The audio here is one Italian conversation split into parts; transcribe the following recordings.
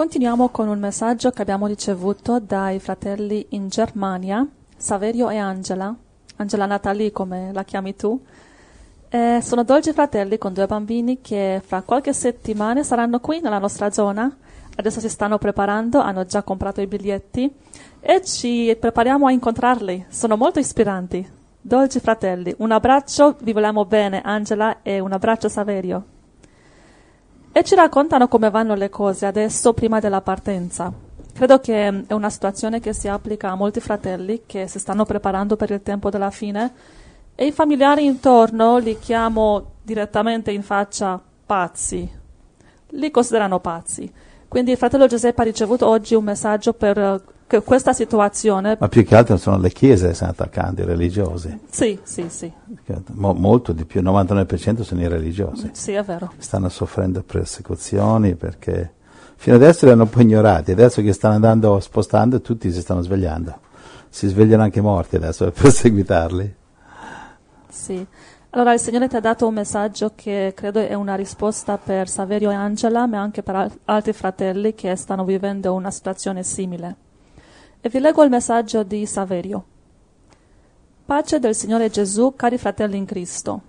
Continuiamo con un messaggio che abbiamo ricevuto dai fratelli in Germania, Saverio e Angela Natalie come la chiami tu. Sono dolci fratelli con 2 bambini che fra qualche settimana saranno qui nella nostra zona. Adesso si stanno preparando, hanno già comprato i biglietti e ci prepariamo a incontrarli. Sono molto ispiranti. Dolci fratelli, un abbraccio, vi vogliamo bene Angela e un abbraccio Saverio. E ci raccontano come vanno le cose adesso prima della partenza. Credo che è una situazione che si applica a molti fratelli che si stanno preparando per il tempo della fine e i familiari intorno li chiamo direttamente in faccia pazzi. Li considerano pazzi. Quindi il fratello Giuseppe ha ricevuto oggi un messaggio per questa situazione. Ma più che altro sono le chiese che stanno attaccando, i religiosi. Sì. Molto di più, il 99% sono i religiosi. Sì, è vero. Stanno soffrendo persecuzioni perché fino adesso li hanno un po' ignorati, adesso che stanno andando spostando tutti si stanno svegliando. Si svegliano anche i morti adesso per perseguitarli. Sì. Allora il Signore ti ha dato un messaggio che credo è una risposta per Saverio e Angela, ma anche per altri fratelli che stanno vivendo una situazione simile. E vi leggo il messaggio di Saverio. Pace del Signore Gesù, cari fratelli in Cristo.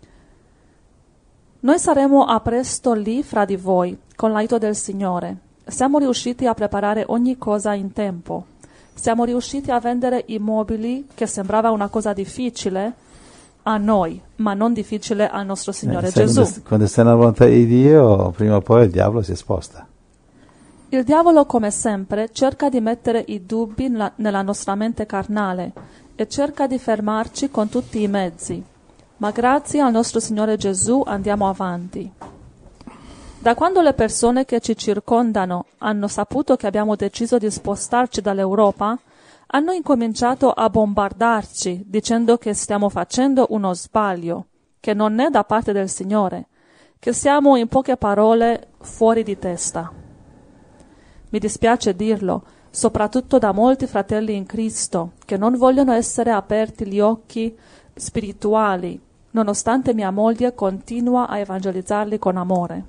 Noi saremo a presto lì fra di voi, con l'aiuto del Signore. Siamo riusciti a preparare ogni cosa in tempo. Siamo riusciti a vendere i mobili, che sembrava una cosa difficile a noi, ma non difficile al nostro Signore Gesù. Quando stai nella volontà di Dio, prima o poi il diavolo si sposta. Il diavolo, come sempre, cerca di mettere i dubbi nella nostra mente carnale e cerca di fermarci con tutti i mezzi. Ma grazie al nostro Signore Gesù andiamo avanti. Da quando le persone che ci circondano hanno saputo che abbiamo deciso di spostarci dall'Europa, hanno incominciato a bombardarci dicendo che stiamo facendo uno sbaglio, che non è da parte del Signore, che siamo in poche parole fuori di testa. Mi dispiace dirlo, soprattutto da molti fratelli in Cristo che non vogliono essere aperti gli occhi spirituali, nonostante mia moglie continua a evangelizzarli con amore.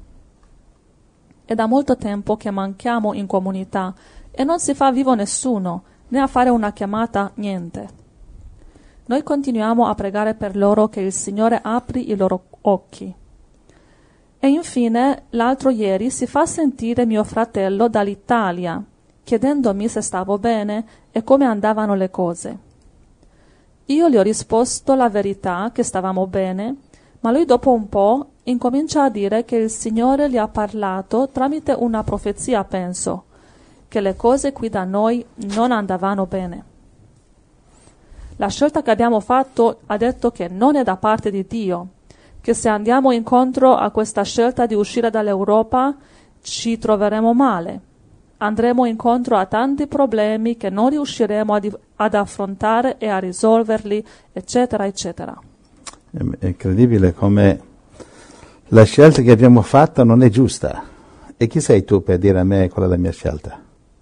È da molto tempo che manchiamo in comunità e non si fa vivo nessuno, né a fare una chiamata, niente. Noi continuiamo a pregare per loro che il Signore apri i loro occhi. E infine, l'altro ieri si fa sentire mio fratello dall'Italia, chiedendomi se stavo bene e come andavano le cose. Io gli ho risposto la verità, che stavamo bene, ma lui dopo un po' incomincia a dire che il Signore gli ha parlato tramite una profezia, penso, che le cose qui da noi non andavano bene. La scelta che abbiamo fatto ha detto che non è da parte di Dio, che se andiamo incontro a questa scelta di uscire dall'Europa ci troveremo male. Andremo incontro a tanti problemi che non riusciremo ad affrontare e a risolverli, eccetera, eccetera. È incredibile come la scelta che abbiamo fatto non è giusta. E chi sei tu per dire a me qual è la mia scelta?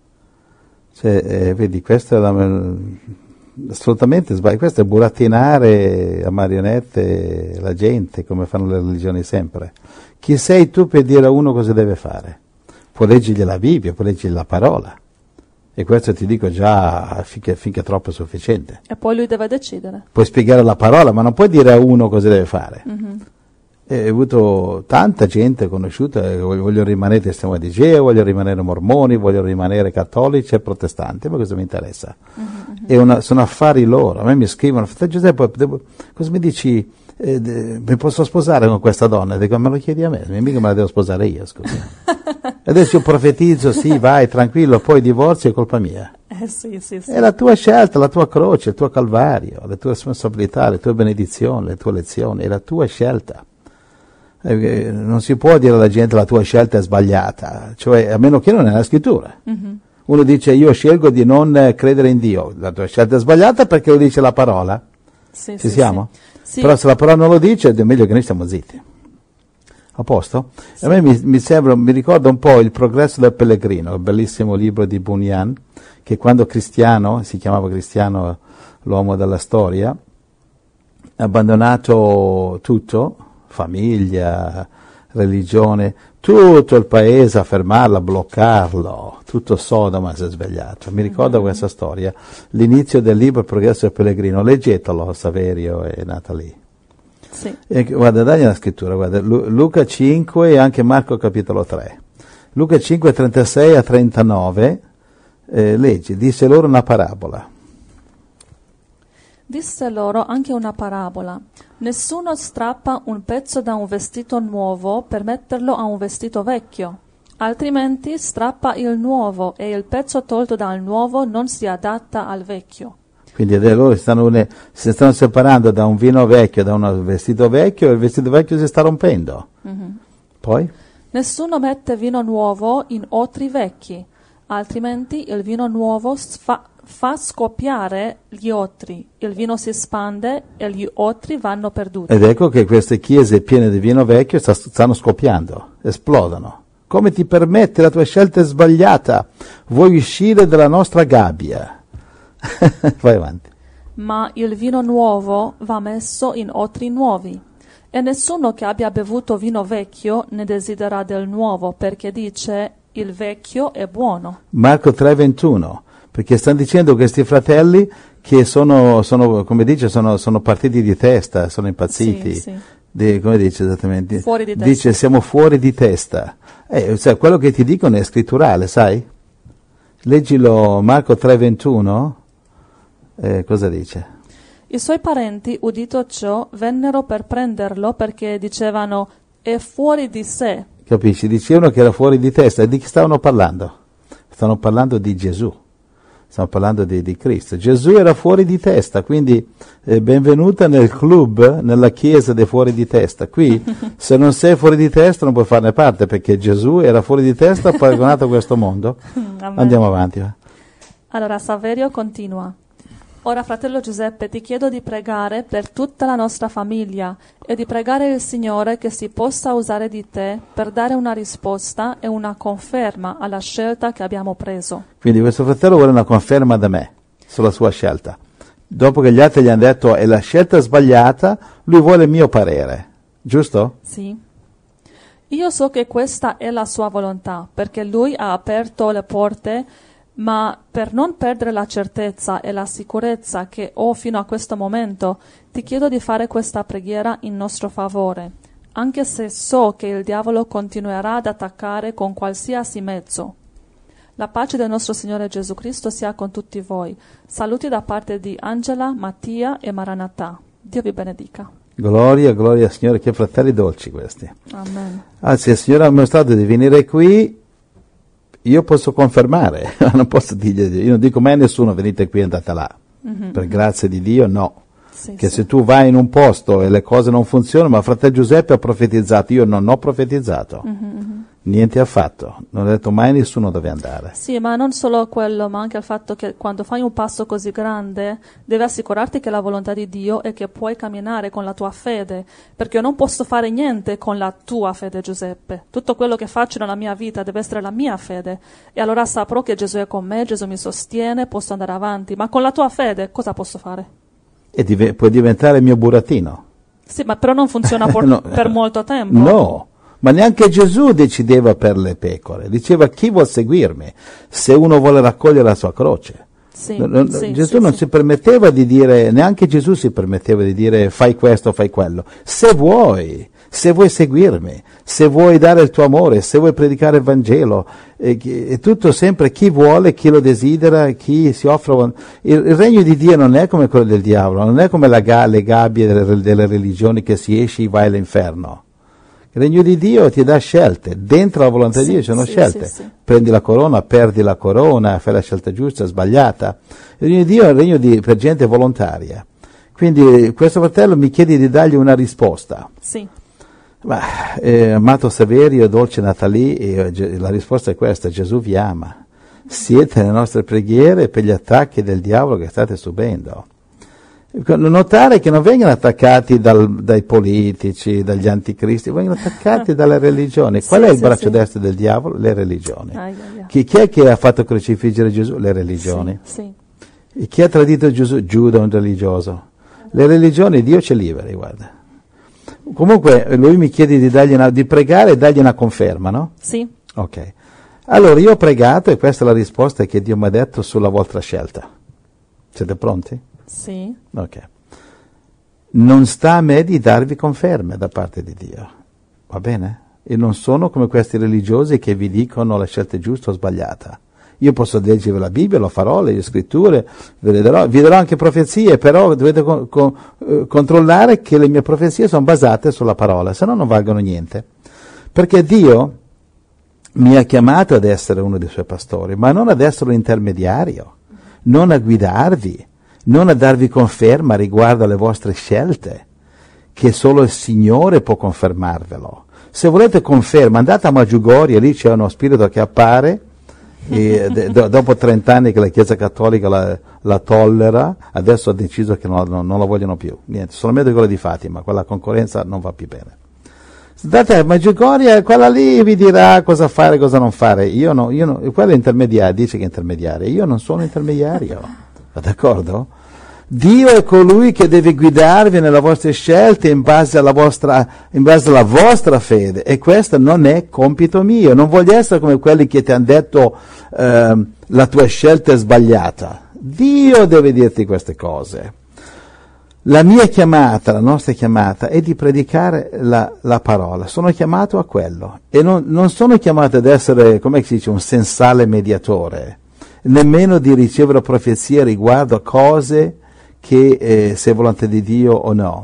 Vedi, questo è assolutamente sbaglio, questo è burattinare a marionette la gente, come fanno le religioni sempre. Chi sei tu per dire a uno cosa deve fare? Può leggergli la Bibbia, può leggergli la parola, e questo ti dico già finché troppo è sufficiente. E poi lui deve decidere. Puoi spiegare la parola, ma non puoi dire a uno cosa deve fare. Mm-hmm. Ho avuto tanta gente conosciuta, voglio rimanere testimoni di Geo, voglio rimanere mormoni, voglio rimanere cattolici e protestanti, ma questo mi interessa. Mm-hmm. Sono affari loro. A me mi scrivono, Giuseppe, cosa mi dici? Mi posso sposare con questa donna? Dico, me lo chiedi a me, mica me la devo sposare io, scusa. Adesso io profetizzo, sì, vai, tranquillo, poi divorzi è colpa mia. Sì. È la tua scelta, la tua croce, il tuo calvario, le tue responsabilità, le tue benedizioni, le tue lezioni, è la tua scelta. Non si può dire alla gente la tua scelta è sbagliata, cioè a meno che non è nella scrittura. Mm-hmm. Uno dice io scelgo di non credere in Dio, la tua scelta è sbagliata perché lo dice la parola. Ci siamo? Sì. Però se la parola non lo dice è meglio che noi stiamo zitti. A posto? Sì. A me mi ricorda un po' Il progresso del pellegrino, il bellissimo libro di Bunyan, che quando Cristiano, si chiamava Cristiano l'uomo della storia, ha abbandonato tutto, famiglia, religione, tutto il paese a fermarlo, a bloccarlo, tutto Sodoma si è svegliato. Mi ricordo questa storia, l'inizio del libro Il progresso del pellegrino, leggetelo Saverio e Natalie. Sì. E, guarda, dagli la scrittura, guarda, Luca 5 e anche Marco capitolo 3. Luca 5, 36 a 39, leggi, disse loro una parabola. Disse loro anche una parabola. Nessuno strappa un pezzo da un vestito nuovo per metterlo a un vestito vecchio, altrimenti strappa il nuovo e il pezzo tolto dal nuovo non si adatta al vecchio. Quindi loro si stanno separando da un vino vecchio, da un vestito vecchio, e il vestito vecchio si sta rompendo. Mm-hmm. Poi? Nessuno mette vino nuovo in otri vecchi, altrimenti il vino nuovo fa scoppiare gli otri, il vino si spande e gli otri vanno perduti. Ed ecco che queste chiese piene di vino vecchio stanno scoppiando, esplodono. Come ti permette? La tua scelta è sbagliata. Vuoi uscire dalla nostra gabbia. Vai avanti. Ma il vino nuovo va messo in otri nuovi. E nessuno che abbia bevuto vino vecchio ne desidera del nuovo, perché dice il vecchio è buono. Marco 3,21, perché stanno dicendo questi fratelli che sono come dice, sono partiti di testa, sono impazziti. Sì, sì. Come dice esattamente? Fuori di testa. Dice siamo fuori di testa. Cioè, quello che ti dicono è scritturale, sai? Leggilo Marco 3,21. Cosa dice? I suoi parenti, udito ciò, vennero per prenderlo perché dicevano è fuori di sé. Capisci? Dicevano che era fuori di testa. E di chi stavano parlando? Stavano parlando di Gesù. Stiamo parlando di Cristo. Gesù era fuori di testa, quindi benvenuta nel club, nella chiesa dei fuori di testa. Qui, se non sei fuori di testa non puoi farne parte, perché Gesù era fuori di testa paragonato a questo mondo. Andiamo avanti. Allora, Saverio continua. Ora, fratello Giuseppe, ti chiedo di pregare per tutta la nostra famiglia e di pregare il Signore che si possa usare di te per dare una risposta e una conferma alla scelta che abbiamo preso. Quindi questo fratello vuole una conferma da me sulla sua scelta. Dopo che gli altri gli hanno detto è la scelta sbagliata, lui vuole il mio parere, giusto? Sì. Io so che questa è la sua volontà, perché lui ha aperto le porte, ma per non perdere la certezza e la sicurezza che ho fino a questo momento, ti chiedo di fare questa preghiera in nostro favore, anche se so che il diavolo continuerà ad attaccare con qualsiasi mezzo. La pace del nostro Signore Gesù Cristo sia con tutti voi. Saluti da parte di Angela, Mattia e Maranatha. Dio vi benedica. Gloria, gloria al Signore, che fratelli dolci questi. Amen. Anzi, il Signore ha mostrato di venire qui. Io posso confermare, non posso dire, io non dico mai a nessuno venite qui e andate là, per grazia di Dio no, Sì, che sì. se tu vai in un posto e le cose non funzionano, ma fratello Giuseppe ha profetizzato, io non ho profetizzato, niente affatto, non ho detto mai a nessuno dove andare. Sì, ma non solo quello, ma anche il fatto che quando fai un passo così grande devi assicurarti che è la volontà di Dio e che puoi camminare con la tua fede, perché io non posso fare niente con la tua fede, Giuseppe. Tutto quello che faccio nella mia vita deve essere la mia fede, e allora saprò che Gesù è con me, Gesù mi sostiene, posso andare avanti, ma con la tua fede cosa posso fare? E puoi diventare il mio burattino. Sì, ma però non funziona No. per molto tempo. No, ma neanche Gesù decideva per le pecore, diceva chi vuol seguirmi, se uno vuole raccogliere la sua croce. Sì, sì, Gesù sì, non sì. si permetteva di dire, neanche Gesù si permetteva di dire fai questo, fai quello. Se vuoi seguirmi, se vuoi dare il tuo amore, se vuoi predicare il Vangelo, è tutto sempre chi vuole, chi lo desidera, chi si offre. Il regno di Dio non è come quello del diavolo, non è come le gabbie delle religioni che si esce e vai all'inferno. Il regno di Dio ti dà scelte, dentro la volontà di Dio ci sono scelte. Sì. Prendi la corona, perdi la corona, fai la scelta giusta, sbagliata. Il regno di Dio è un regno per gente volontaria. Quindi questo fratello mi chiede di dargli una risposta. Sì. Ma, amato Saverio, dolce Natalie, la risposta è questa: Gesù vi ama. Siete nelle nostre preghiere per gli attacchi del diavolo che state subendo. Notare che non vengono attaccati dai politici, dagli anticristi, vengono attaccati dalle religioni. Qual è il braccio destro del diavolo? Le religioni. Chi è che ha fatto crocifiggere Gesù? Le religioni. Sì. E chi ha tradito Gesù? Giuda, un religioso. Le religioni, Dio ci liberi, guarda. Comunque lui mi chiede di pregare e dargli una conferma, no? Sì. Ok. Allora io ho pregato e questa è la risposta che Dio mi ha detto sulla vostra scelta. Siete pronti? Sì. Ok. Non sta a me di darvi conferme da parte di Dio, va bene? E non sono come questi religiosi che vi dicono la scelta è giusta o sbagliata. Io posso leggervi la Bibbia, lo farò, le scritture, vi darò anche profezie, però dovete controllare che le mie profezie sono basate sulla parola, se no non valgono niente. Perché Dio mi ha chiamato ad essere uno dei suoi pastori, ma non ad essere un intermediario, non a guidarvi, non a darvi conferma riguardo alle vostre scelte, che solo il Signore può confermarvelo. Se volete conferma, andate a Medjugorje, lì c'è uno spirito che appare, e dopo 30 anni che la Chiesa Cattolica la tollera, adesso ha deciso che non la vogliono più, niente, solamente quella di Fatima, quella concorrenza non va più bene. Andate a Medjugorje, quella lì vi dirà cosa fare e cosa non fare. Io no, quello è intermediario, dice che è intermediario, io non sono intermediario, d'accordo? Dio è colui che deve guidarvi nelle vostre scelte in base alla vostra fede, e questo non è compito mio. Non voglio essere come quelli che ti hanno detto la tua scelta è sbagliata. Dio deve dirti queste cose. La mia chiamata, la nostra chiamata è di predicare la parola. Sono chiamato a quello e non sono chiamato ad essere, come si dice, un sensale mediatore, nemmeno di ricevere profezie riguardo a cose che se è volontà di Dio o no.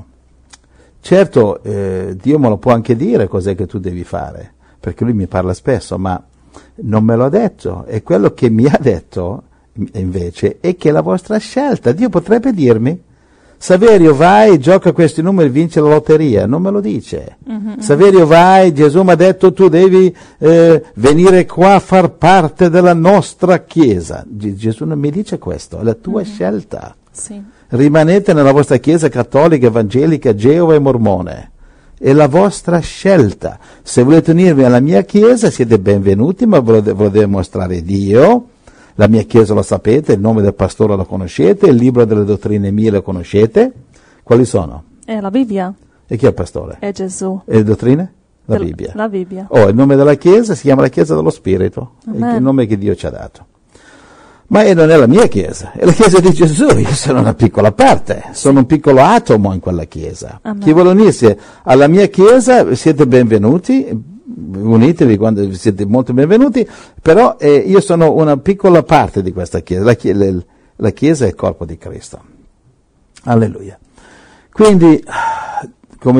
Certo, Dio me lo può anche dire cos'è che tu devi fare, perché lui mi parla spesso, ma non me l'ha detto, e quello che mi ha detto invece è che è la vostra scelta. Dio potrebbe dirmi: Saverio, vai, gioca questi numeri, vince la lotteria. Non me lo dice. Saverio, vai, Gesù mi ha detto tu devi venire qua a far parte della nostra Chiesa. Gesù non mi dice questo, è la tua scelta. Sì. Rimanete nella vostra Chiesa cattolica, evangelica, Geova e mormone. È la vostra scelta. Se volete unirvi alla mia Chiesa siete benvenuti, ma ve lo deve mostrare Dio. La mia Chiesa lo sapete, il nome del pastore lo conoscete, il libro delle dottrine mie lo conoscete. Quali sono? È la Bibbia. E chi è il pastore? È Gesù. E le dottrine? La Bibbia. La Bibbia. Il nome della Chiesa si chiama la Chiesa dello Spirito, Amen. il nome che Dio ci ha dato. Ma non è la mia Chiesa, è la Chiesa di Gesù. Io sono una piccola parte, sono un piccolo atomo in quella Chiesa. Amen. Chi vuole unirsi alla mia Chiesa siete benvenuti, unitevi quando siete molto benvenuti, però io sono una piccola parte di questa Chiesa. La Chiesa è il corpo di Cristo. Alleluia. Quindi, come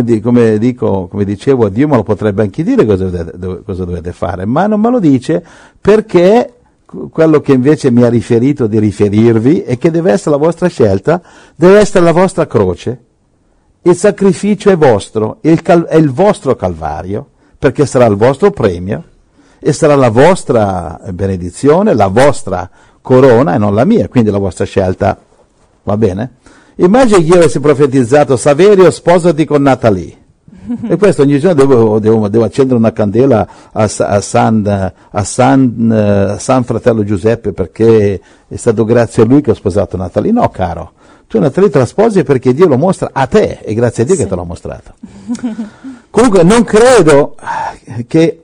dicevo, Dio me lo potrebbe anche dire cosa dovete fare, ma non me lo dice, perché quello che invece mi ha riferito di riferirvi è che deve essere la vostra scelta, deve essere la vostra croce, il sacrificio è vostro, è il vostro calvario, perché sarà il vostro premio e sarà la vostra benedizione, la vostra corona e non la mia, quindi la vostra scelta, va bene? Immagini che io avessi profetizzato: Saverio, sposati con Natalie. E questo ogni giorno devo accendere una candela a San fratello Giuseppe, perché è stato grazie a lui che ho sposato Natalie. No, caro, tu Natalie te la sposi perché Dio lo mostra a te, e grazie a Dio che te l'ha mostrato. Comunque non credo che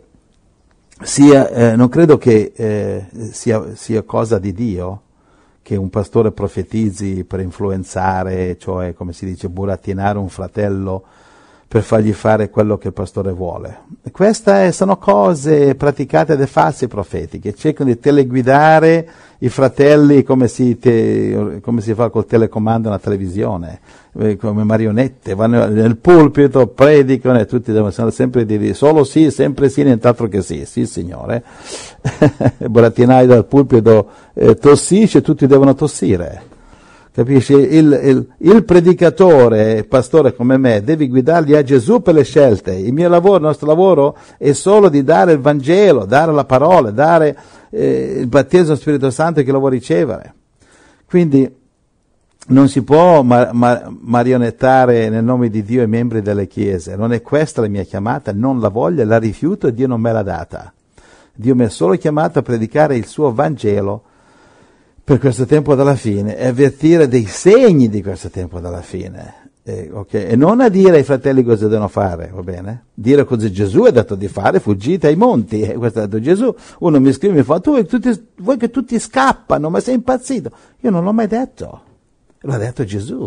sia cosa di Dio che un pastore profetizzi per influenzare, cioè, come si dice, burattinare un fratello per fargli fare quello che il pastore vuole. Queste sono cose praticate dai falsi profeti, che cercano di teleguidare i fratelli come si fa col telecomando nella televisione, come marionette, vanno nel pulpito, predicano e tutti devono sempre dire solo sì, sempre sì, nient'altro che sì. Sì, Signore. Burattinaio dal pulpito tossisce, tutti devono tossire. Capisci? Il predicatore, il pastore come me, devi guidarli a Gesù per le scelte. Il nostro lavoro è solo di dare il Vangelo, dare la parola, dare il battesimo Spirito Santo che lo vuoi ricevere. Quindi non si può marionettare nel nome di Dio i membri delle chiese. Non è questa la mia chiamata, non la voglio, la rifiuto e Dio non me l'ha data. Dio mi ha solo chiamato a predicare il suo Vangelo per questo tempo della fine e avvertire dei segni di questo tempo della fine. Okay? E non a dire ai fratelli cosa devono fare, va bene? Dire cosa Gesù ha detto di fare, fuggite ai monti, questo ha detto Gesù. Uno mi scrive e mi fa, vuoi che tutti scappano, ma sei impazzito? Io non l'ho mai detto, l'ha detto Gesù,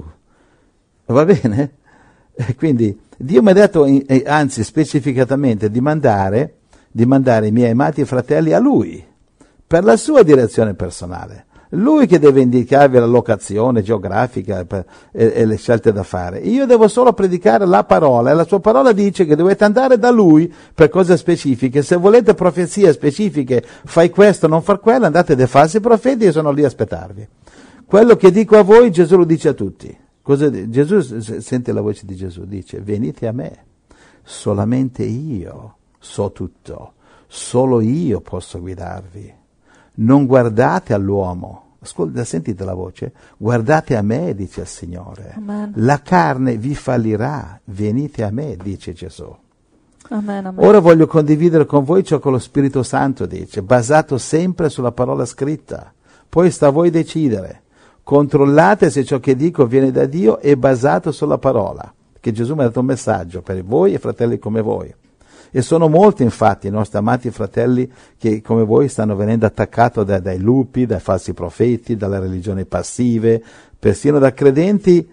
va bene? E quindi Dio mi ha detto, anzi specificatamente, di mandare i miei amati fratelli a Lui, per la sua direzione personale. Lui che deve indicarvi la locazione geografica e le scelte da fare. Io devo solo predicare la parola, e la sua parola dice che dovete andare da Lui per cose specifiche. Se volete profezie specifiche, fai questo, non far quello, andate dai falsi profeti, io sono lì a aspettarvi. Quello che dico a voi, Gesù lo dice a tutti. Gesù, sente la voce di Gesù, dice, venite a me, solamente io so tutto, solo io posso guidarvi. Non guardate all'uomo. Ascolta, sentite la voce? Guardate a me, dice il Signore. Amen. La carne vi fallirà, venite a me, dice Gesù. Amen, amen. Ora voglio condividere con voi ciò che lo Spirito Santo dice, basato sempre sulla parola scritta. Poi sta a voi decidere. Controllate se ciò che dico viene da Dio e basato sulla parola. Che Gesù mi ha dato un messaggio per voi e fratelli come voi. E sono molti infatti i nostri amati fratelli che come voi stanno venendo attaccati dai lupi, dai falsi profeti, dalle religioni passive, persino da credenti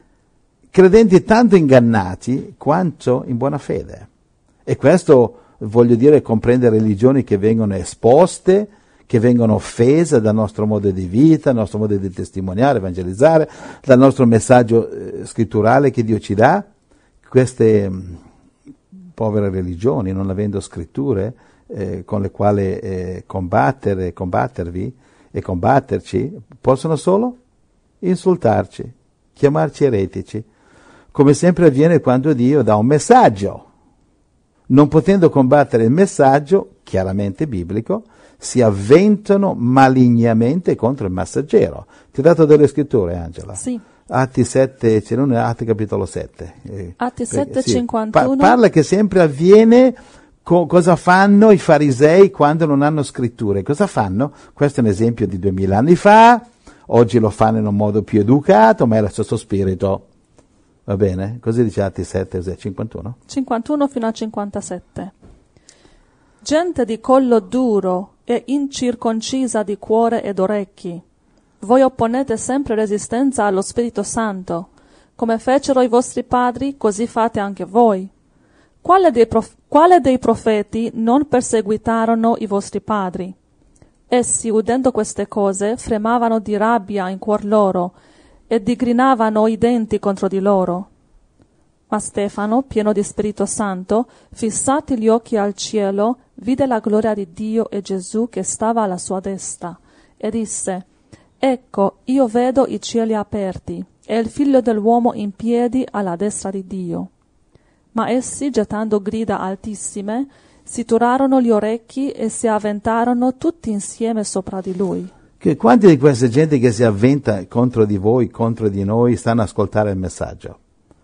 tanto ingannati quanto in buona fede. E questo voglio dire comprende religioni che vengono esposte, che vengono offese dal nostro modo di vita, dal nostro modo di testimoniare, evangelizzare, dal nostro messaggio scritturale che Dio ci dà. Queste povere religioni, non avendo scritture con le quali combattervi e combatterci, possono solo insultarci, chiamarci eretici, come sempre avviene quando Dio dà un messaggio. Non potendo combattere il messaggio, chiaramente biblico, si avventano malignamente contro il messaggero. Ti ho dato delle scritture, Angela? Sì. Atti 7, c'è non è Atti capitolo 7. Atti 7, sì. 51. Parla che sempre avviene cosa fanno i farisei quando non hanno scritture. Cosa fanno? Questo è un esempio di 2000 anni fa, oggi lo fanno in un modo più educato, ma è lo stesso spirito. Va bene? Così dice Atti 7, 51? 51 fino a 57. Gente di collo duro e incirconcisa di cuore ed orecchi, voi opponete sempre resistenza allo Spirito Santo. Come fecero i vostri padri, così fate anche voi. Quale dei profeti non perseguitarono i vostri padri? Essi, udendo queste cose, fremavano di rabbia in cuor loro e digrinavano i denti contro di loro. Ma Stefano, pieno di Spirito Santo, fissati gli occhi al cielo, vide la gloria di Dio e Gesù che stava alla sua destra, e disse: Ecco, io vedo i cieli aperti e il Figlio dell'uomo in piedi alla destra di Dio. Ma essi, gettando grida altissime, si turarono gli orecchi e si avventarono tutti insieme sopra di lui. Quanti di queste gente che si avventa contro di voi, contro di noi, stanno a ascoltare il messaggio?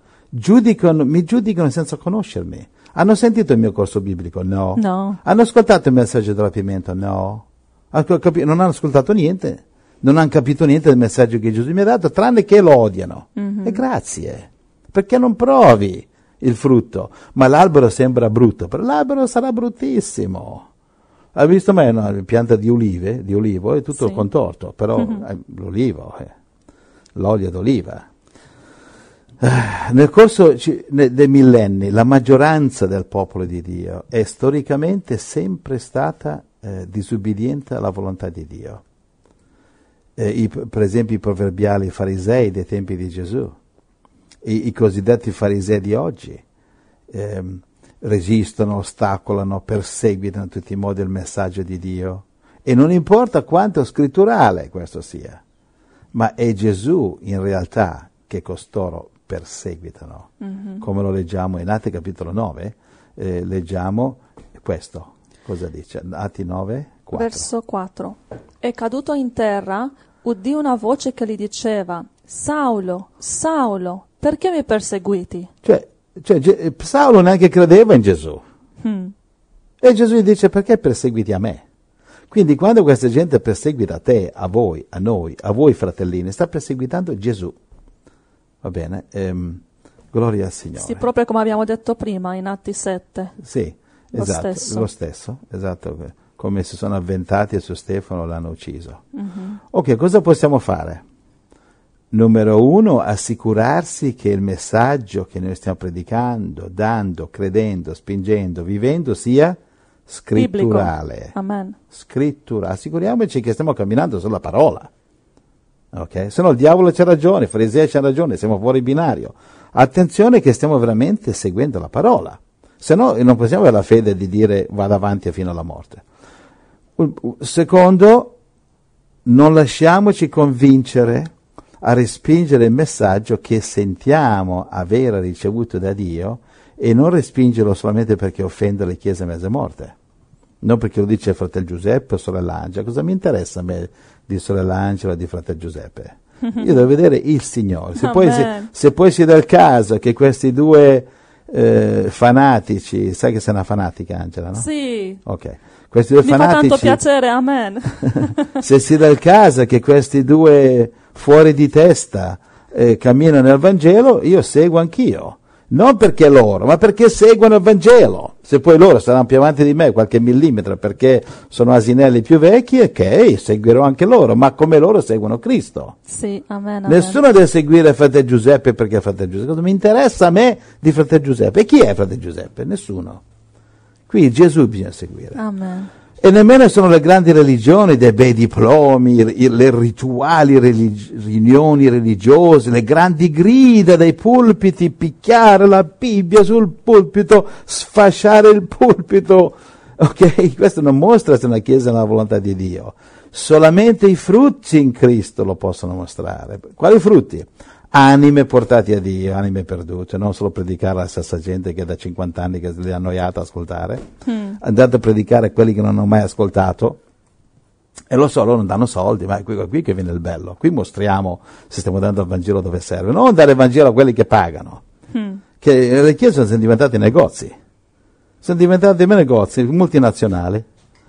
Mi giudicano senza conoscermi. Hanno sentito il mio corso biblico? No. No. Hanno ascoltato il messaggio del rapimento? No. Non hanno ascoltato niente. Non hanno capito niente del messaggio che Gesù mi ha dato, tranne che lo odiano. Mm-hmm. E grazie, perché non provi il frutto. Ma l'albero sembra brutto, però l'albero sarà bruttissimo. Hai visto mai una pianta di olivo è tutto contorto, però l'olivo, l'olio d'oliva. Nel corso dei millenni la maggioranza del popolo di Dio è storicamente sempre stata disubbidiente alla volontà di Dio. Per esempio i proverbiali farisei dei tempi di Gesù, i cosiddetti farisei di oggi resistono, ostacolano, perseguitano in tutti i modi il messaggio di Dio, e non importa quanto scritturale questo sia, ma è Gesù in realtà che costoro perseguitano. Mm-hmm. Come lo leggiamo in Atti capitolo 9, leggiamo questo, cosa dice? Atti 9, 4. Verso 4. E caduto in terra, udì una voce che gli diceva: Saulo, Saulo, perché mi perseguiti? Cioè Saulo neanche credeva in Gesù. E Gesù gli dice: perché perseguiti a me? Quindi quando questa gente perseguita a te, a voi, a noi, a voi fratellini, sta perseguitando Gesù. Va bene? Gloria al Signore. Sì, proprio come abbiamo detto prima in Atti 7. Sì, Lo esatto, stesso. lo stesso, esatto, come si sono avventati e su Stefano l'hanno ucciso. Ok, cosa possiamo fare? Numero 1, assicurarsi che il messaggio che noi stiamo predicando, dando, credendo, spingendo, vivendo sia scritturale. Biblico. Amen. Scrittura. Assicuriamoci che stiamo camminando sulla parola. Ok? Se no il diavolo c'ha ragione, i farisei c'hanno ragione, siamo fuori binario. Attenzione che stiamo veramente seguendo la parola. Se no non possiamo avere la fede di dire vado avanti fino alla morte. Secondo, non lasciamoci convincere a respingere il messaggio che sentiamo avere ricevuto da Dio e non respingerlo solamente perché offende le chiese mezze morte. Non perché lo dice fratello Giuseppe o sorella Angela. Cosa mi interessa a me di sorella Angela o di fratello Giuseppe? Io devo vedere il Signore. Se poi si dà il caso che questi due fanatici, sai che sei una fanatica Angela, no? Sì. Ok. Questi due Mi fanatici, fa tanto piacere, amen. se si dà il caso che questi due fuori di testa camminano nel Vangelo, io seguo anch'io. Non perché loro, ma perché seguono il Vangelo. Se poi loro saranno più avanti di me qualche millimetro perché sono asinelli più vecchi, ok, seguirò anche loro, ma come loro seguono Cristo. Sì, amen, amen. Nessuno deve seguire fratello Giuseppe perché è fratello Giuseppe. Cosa mi interessa a me di fratello Giuseppe? E chi è fratello Giuseppe? Nessuno. Qui Gesù bisogna seguire. Amen. E nemmeno sono le grandi religioni dei bei diplomi, le rituali, riunioni religiose, le grandi grida dei pulpiti, picchiare la Bibbia sul pulpito, sfasciare il pulpito. Ok? Questo non mostra se una chiesa è nella volontà di Dio. Solamente i frutti in Cristo lo possono mostrare. Quali frutti? Anime portate a Dio, anime perdute, non solo predicare alla stessa gente che da 50 anni che li ha annoiato a ascoltare. Andate a predicare a quelli che non hanno mai ascoltato. E lo so, loro non danno soldi, ma è qui che viene il bello. Qui mostriamo se stiamo dando il Vangelo dove serve. Non dare il Vangelo a quelli che pagano. Che le chiese sono diventate negozi. Sono diventate negozi multinazionali.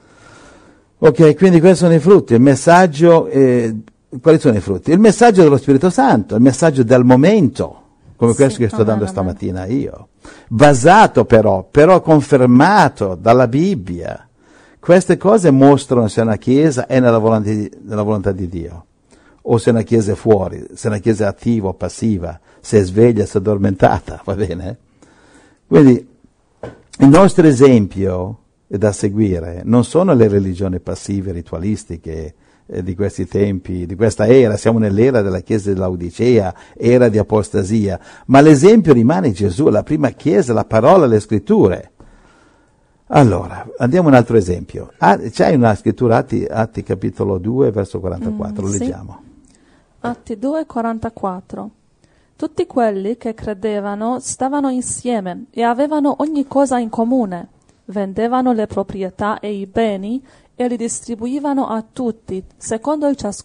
Ok, quindi questi sono i frutti. Il messaggio... quali sono i frutti? Il messaggio dello Spirito Santo, il messaggio del momento, come questo che sto dando stamattina io, basato però confermato dalla Bibbia. Queste cose mostrano se una chiesa è nella volontà di Dio, o se una chiesa è fuori, se una chiesa è attiva o passiva, se è sveglia, se è addormentata, va bene? Quindi il nostro esempio da seguire non sono le religioni passive, ritualistiche, di questi tempi, di questa era, siamo nell'era della chiesa dell'Odicea, era di apostasia, ma l'esempio rimane Gesù, la prima chiesa, la parola, le scritture. Allora, andiamo a un altro esempio. C'hai una scrittura, Atti capitolo 2, verso 44, lo leggiamo. Atti 2, 44. Tutti quelli che credevano stavano insieme e avevano ogni cosa in comune, vendevano le proprietà e i beni e li distribuivano a tutti, secondo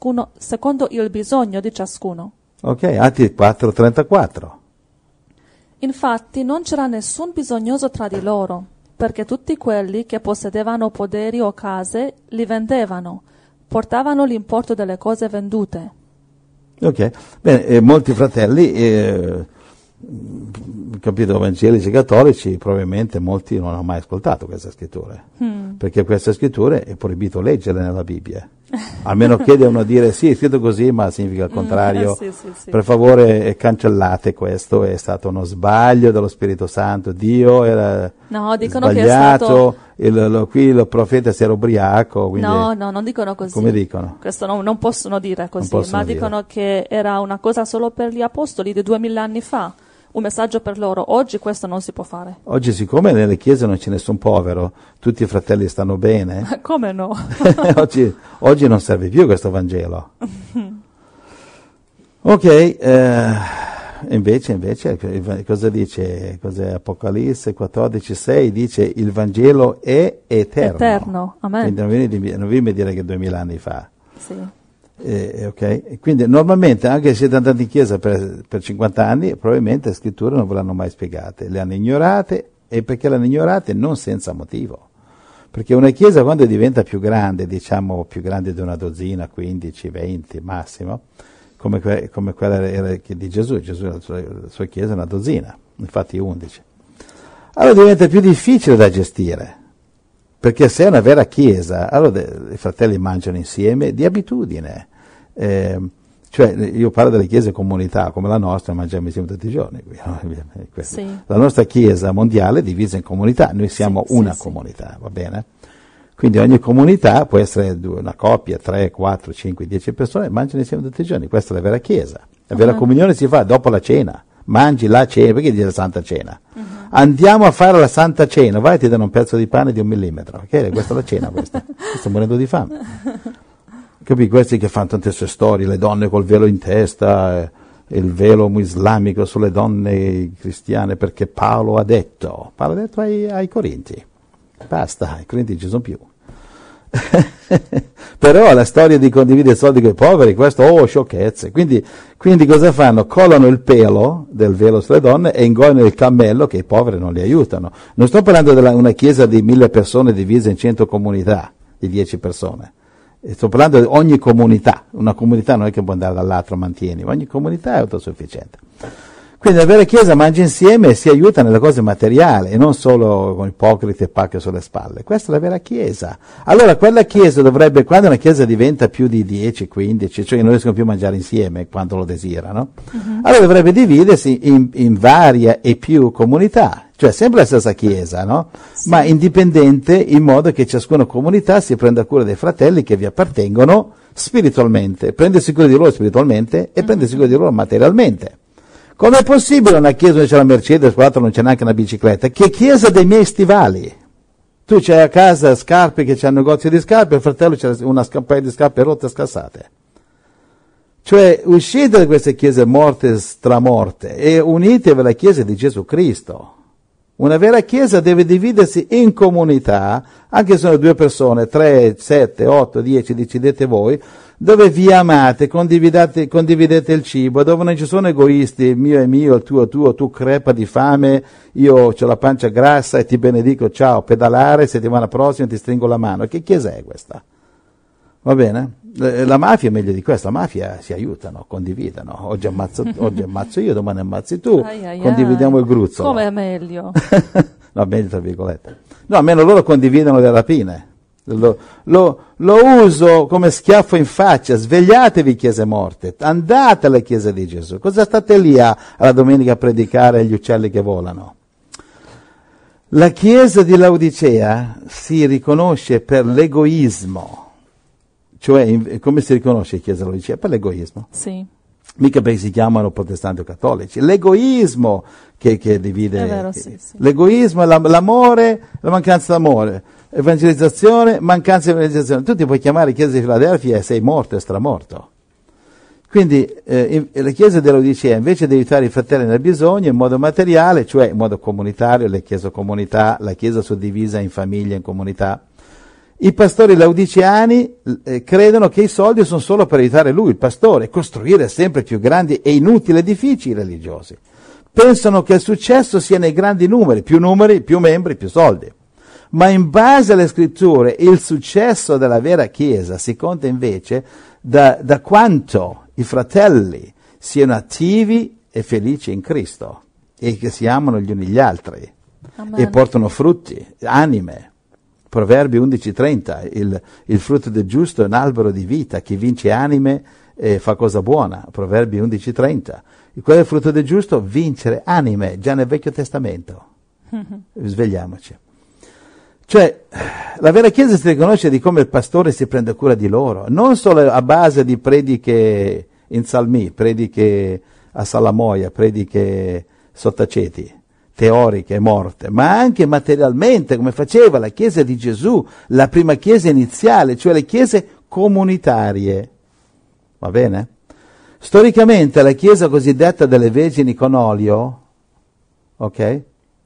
il bisogno di ciascuno. Ok, Atti 4:34. Infatti non c'era nessun bisognoso tra di loro, perché tutti quelli che possedevano poderi o case li vendevano, portavano l'importo delle cose vendute. Ok, bene, molti fratelli, capito, evangelici cattolici, probabilmente molti non hanno mai ascoltato queste scritture, perché queste scritture è proibito leggere nella Bibbia, a meno che devono dire sì, è scritto così, ma significa il contrario. Sì. Per favore cancellate questo, è stato uno sbaglio dello Spirito Santo, Dio era dicono sbagliato, che è stato... qui il profeta si era ubriaco. Quindi... No, non dicono così. Come dicono? Questo non possono dire così, ma dicono che era una cosa solo per gli apostoli di 2000 anni fa. Un messaggio per loro. Oggi questo non si può fare. Oggi, siccome nelle chiese non c'è nessun povero, tutti i fratelli stanno bene. Come no? oggi non serve più questo Vangelo. Ok, invece cosa dice? Cos'è Apocalisse 14:6? Dice il Vangelo è eterno. Eterno, amen. Quindi non vi dire che 2000 anni fa. Sì. Okay. Quindi normalmente, anche se siete andati in chiesa per 50 anni, probabilmente le scritture non ve l'hanno mai spiegate, le hanno ignorate, e perché le hanno ignorate non senza motivo. Perché una chiesa quando diventa più grande, diciamo più grande di una dozzina, 15, 20 massimo, come quella era di Gesù. Gesù, la sua chiesa è una dozzina, infatti 11. Allora diventa più difficile da gestire, perché se è una vera chiesa, allora i fratelli mangiano insieme di abitudine. Cioè, io parlo delle chiese comunità, come la nostra, mangiamo insieme tutti i giorni. Sì. La nostra chiesa mondiale è divisa in comunità, noi siamo una comunità, va bene? Quindi ogni comunità può essere una coppia, 3, 4, 5, 10 persone, mangiano insieme tutti i giorni, questa è la vera chiesa. La vera comunione si fa dopo la cena, mangi la cena, perché dice la Santa Cena? Andiamo a fare la Santa Cena, vai e ti danno un pezzo di pane di 1 millimetro, ok? Questa è la cena questa, sto morendo di fame. Capi? Questi che fanno tante sue storie, le donne col velo in testa, il velo islamico sulle donne cristiane, perché Paolo ha detto ai Corinti, basta, i Corinti ci sono più. Però la storia di condividere soldi con i poveri, questo, sciocchezze. Quindi cosa fanno? Collano il pelo del velo sulle donne e ingoiano il cammello che i poveri non li aiutano. Non sto parlando di una chiesa di 1000 persone divisa in 100 comunità di 10 persone. Sto parlando di ogni comunità. Una comunità non è che può andare dall'altro, mantieni, ogni comunità è autosufficiente. Quindi la vera Chiesa mangia insieme e si aiuta nelle cose materiali e non solo con ipocriti e pacche sulle spalle. Questa è la vera Chiesa. Allora quella Chiesa dovrebbe, quando una Chiesa diventa più di 10, 15, cioè non riescono più a mangiare insieme quando lo desiderano, allora dovrebbe dividersi in varie e più comunità, cioè sempre la stessa Chiesa, no? Sì. Ma indipendente, in modo che ciascuna comunità si prenda cura dei fratelli che vi appartengono spiritualmente, prendersi cura di loro spiritualmente e prendersi cura di loro materialmente. Com'è possibile una chiesa dove c'è la Mercedes, quell'altro non c'è neanche una bicicletta? Che chiesa dei miei stivali? Tu c'hai a casa scarpe che c'è un negozio di scarpe, il fratello c'ha una paio di scarpe rotte e scassate. Cioè uscite da queste chiese morte, stramorte e unitevi alla chiesa di Gesù Cristo. Una vera chiesa deve dividersi in comunità, anche se sono 2 persone, 3, 7, 8, 10, decidete voi, dove vi amate, condividete il cibo, dove non ci sono egoisti, il mio è mio, il tuo è tuo, tu crepa di fame, io ho la pancia grassa e ti benedico, ciao, pedalare, settimana prossima ti stringo la mano. Che chiesa è questa? Va bene? La mafia è meglio di questo, la mafia si aiutano, condividono, oggi ammazzo io, domani ammazzi tu, condividiamo il gruzzolo. Come è meglio? No, meglio tra virgolette. No, almeno loro condividono le rapine. Lo uso come schiaffo in faccia. Svegliatevi chiese morte, andate alle chiese di Gesù. Cosa state lì alla domenica a predicare agli uccelli che volano? La chiesa di Laodicea si riconosce per l'egoismo. Cioè, come si riconosce la chiesa di Laodicea? Per l'egoismo. Sì. Mica perché si chiamano protestanti o cattolici. L'egoismo che divide. È vero, sì. L'egoismo, l'amore, la mancanza d'amore. Evangelizzazione, mancanza di evangelizzazione. Tu ti puoi chiamare Chiesa di Filadelfia e sei morto e stramorto. Quindi la Chiesa di Laodicea, invece di aiutare i fratelli nel bisogno in modo materiale, cioè in modo comunitario, le chiese comunità, la Chiesa suddivisa in famiglie, in comunità, i pastori laodiceani credono che i soldi sono solo per aiutare lui, il pastore, costruire sempre più grandi e inutili edifici religiosi. Pensano che il successo sia nei grandi numeri, più membri, più soldi. Ma in base alle scritture il successo della vera Chiesa si conta invece da quanto i fratelli siano attivi e felici in Cristo e che si amano gli uni gli altri. Amen. E portano frutti, anime. Proverbi 11:30, il frutto del giusto è un albero di vita, chi vince anime fa cosa buona. Proverbi 11:30. Qual è il frutto del giusto? Vincere anime, già nel Vecchio Testamento. Svegliamoci. Cioè, la vera Chiesa si riconosce di come il pastore si prende cura di loro, non solo a base di prediche in salmi, prediche a salamoia, prediche sottaceti, teoriche, morte, ma anche materialmente, come faceva la Chiesa di Gesù, la prima Chiesa iniziale, cioè le chiese comunitarie. Va bene? Storicamente la Chiesa cosiddetta delle Vergini con olio, ok?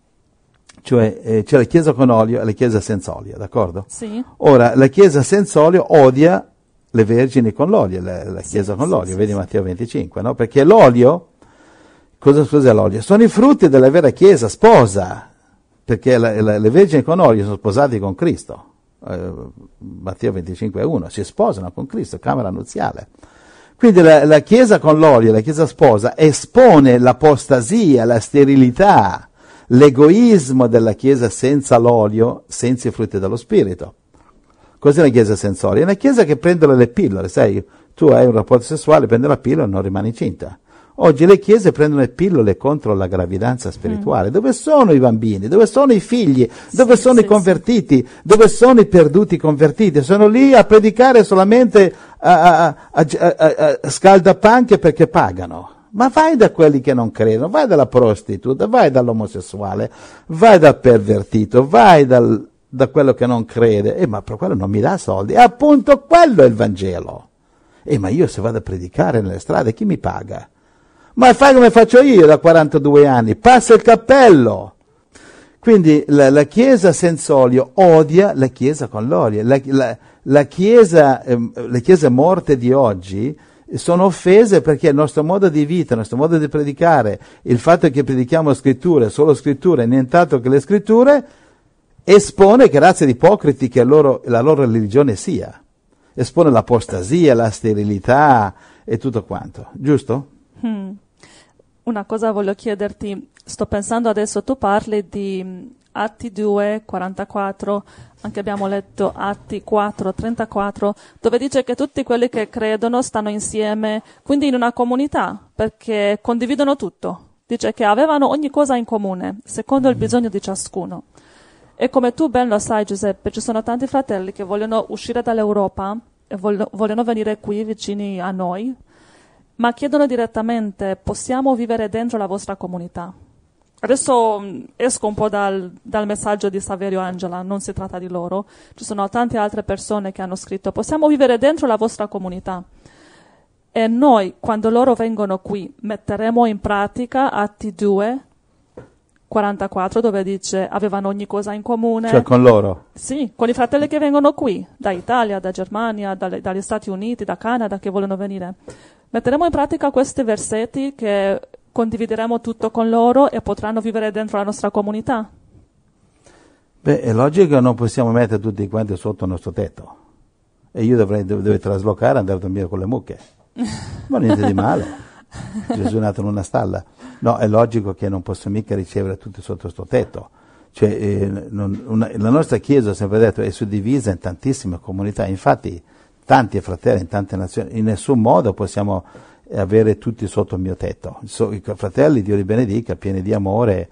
Cioè c'è la Chiesa con olio e la Chiesa senza olio, d'accordo? Sì. Ora, la Chiesa senza olio odia le vergini con l'olio, la Chiesa con l'olio, vedi Matteo 25, no? Perché l'olio, cos'è l'olio? Sono i frutti della vera Chiesa sposa, perché le vergini con olio sono sposate con Cristo, Matteo 25:1, si sposano con Cristo, camera nuziale. Quindi la Chiesa con l'olio, la Chiesa sposa, espone l'apostasia, la sterilità, l'egoismo della Chiesa senza l'olio, senza i frutti dello Spirito. Cos'è una Chiesa senza olio? È una Chiesa che prende le pillole, sai, tu hai un rapporto sessuale, prendi la pillola e non rimani incinta. Oggi le chiese prendono le pillole contro la gravidanza spirituale. Dove sono i bambini? Dove sono i figli? Dove sono i convertiti? Dove sono i perduti convertiti? Sono lì a predicare solamente a scaldapanche perché pagano. Ma vai da quelli che non credono, vai dalla prostituta, vai dall'omosessuale, vai dal pervertito, vai da quello che non crede. Ma per quello non mi dà soldi. E appunto quello è il Vangelo. Ma io se vado a predicare nelle strade, chi mi paga? Ma fai come faccio io da 42 anni, passa il cappello. Quindi la Chiesa senza olio odia la Chiesa con l'olio. Le chiese morte di oggi sono offese perché il nostro modo di vita, il nostro modo di predicare, il fatto che predichiamo scritture, solo scritture, nient'altro che le scritture, espone che razza di ipocriti che la loro religione sia. Espone l'apostasia, la sterilità e tutto quanto, giusto? Una cosa voglio chiederti, sto pensando adesso, tu parli di Atti 2, 44, anche abbiamo letto Atti 4, 34, dove dice che tutti quelli che credono stanno insieme, quindi in una comunità, perché condividono tutto. Dice che avevano ogni cosa in comune, secondo il bisogno di ciascuno. E come tu ben lo sai, Giuseppe, ci sono tanti fratelli che vogliono uscire dall'Europa e vogliono venire qui vicini a noi, ma chiedono direttamente: possiamo vivere dentro la vostra comunità? Adesso esco un po' dal messaggio di Saverio Angela, non si tratta di loro, ci sono tante altre persone che hanno scritto: possiamo vivere dentro la vostra comunità. E noi, quando loro vengono qui, metteremo in pratica Atti 2, 44, dove dice avevano ogni cosa in comune. Cioè con loro? Sì, con i fratelli che vengono qui, da Italia, da Germania, dagli Stati Uniti, da Canada, che vogliono venire. Metteremo in pratica questi versetti che condivideremo tutto con loro e potranno vivere dentro la nostra comunità. Beh, è logico che non possiamo mettere tutti quanti sotto il nostro tetto. E io dovrei traslocare e andare a dormire con le mucche. Ma niente di male. Gesù è nato in una stalla. No, è logico che non posso mica ricevere tutti sotto questo tetto. Cioè, la nostra Chiesa, ho sempre detto, è suddivisa in tantissime comunità. Infatti, tanti fratelli in tante nazioni, in nessun modo possiamo avere tutti sotto il mio tetto. I fratelli, Dio li benedica, pieni di amore,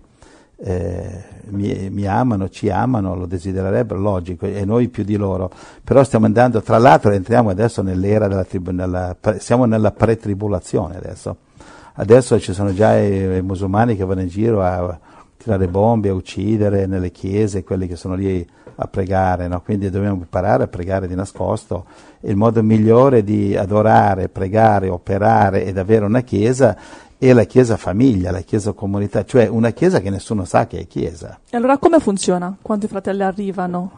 mi amano, ci amano, lo desidererebbero, logico, e noi più di loro. Però stiamo andando, tra l'altro entriamo adesso nell'era siamo nella pretribolazione adesso. Adesso ci sono già i musulmani che vanno in giro a tirare bombe, a uccidere nelle chiese, quelli che sono lì a pregare, no? Quindi dobbiamo imparare a pregare di nascosto. Il modo migliore di adorare, pregare, operare ed avere una chiesa è la chiesa famiglia, la chiesa comunità, cioè una chiesa che nessuno sa che è chiesa. E allora come funziona quando i fratelli arrivano?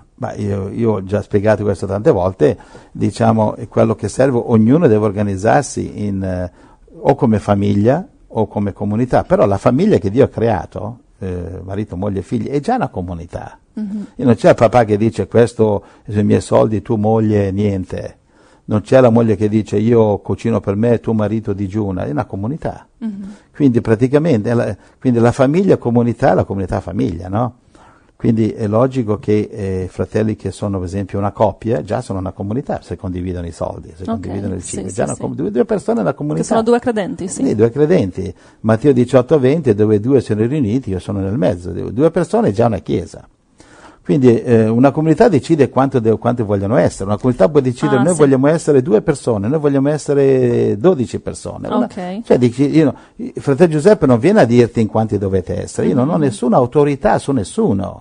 Io ho già spiegato questo tante volte, diciamo, è quello che serve, ognuno deve organizzarsi o come famiglia o come comunità, però la famiglia che Dio ha creato, marito, moglie, figli, è già una comunità. Mm-hmm. E non c'è il papà che dice: questo sono i miei soldi, tu moglie, niente. Non c'è la moglie che dice: io cucino per me, tu marito digiuna. È una comunità. Mm-hmm. Quindi praticamente la famiglia comunità è la comunità famiglia, no? Quindi è logico che fratelli che sono per esempio una coppia già sono una comunità se condividono i soldi, se condividono il cibo. Sì, due persone è una comunità. Che sono due credenti, sì. Sì, due credenti. Matteo 18:20, dove due sono riuniti, io sono nel mezzo. Due persone è già una chiesa. Quindi una comunità decide quanto vogliono essere. Una comunità può decidere: noi vogliamo essere 2 persone, noi vogliamo essere 12 persone. Okay. Cioè, il fratello Giuseppe non viene a dirti in quanti dovete essere. Io non ho nessuna autorità su nessuno.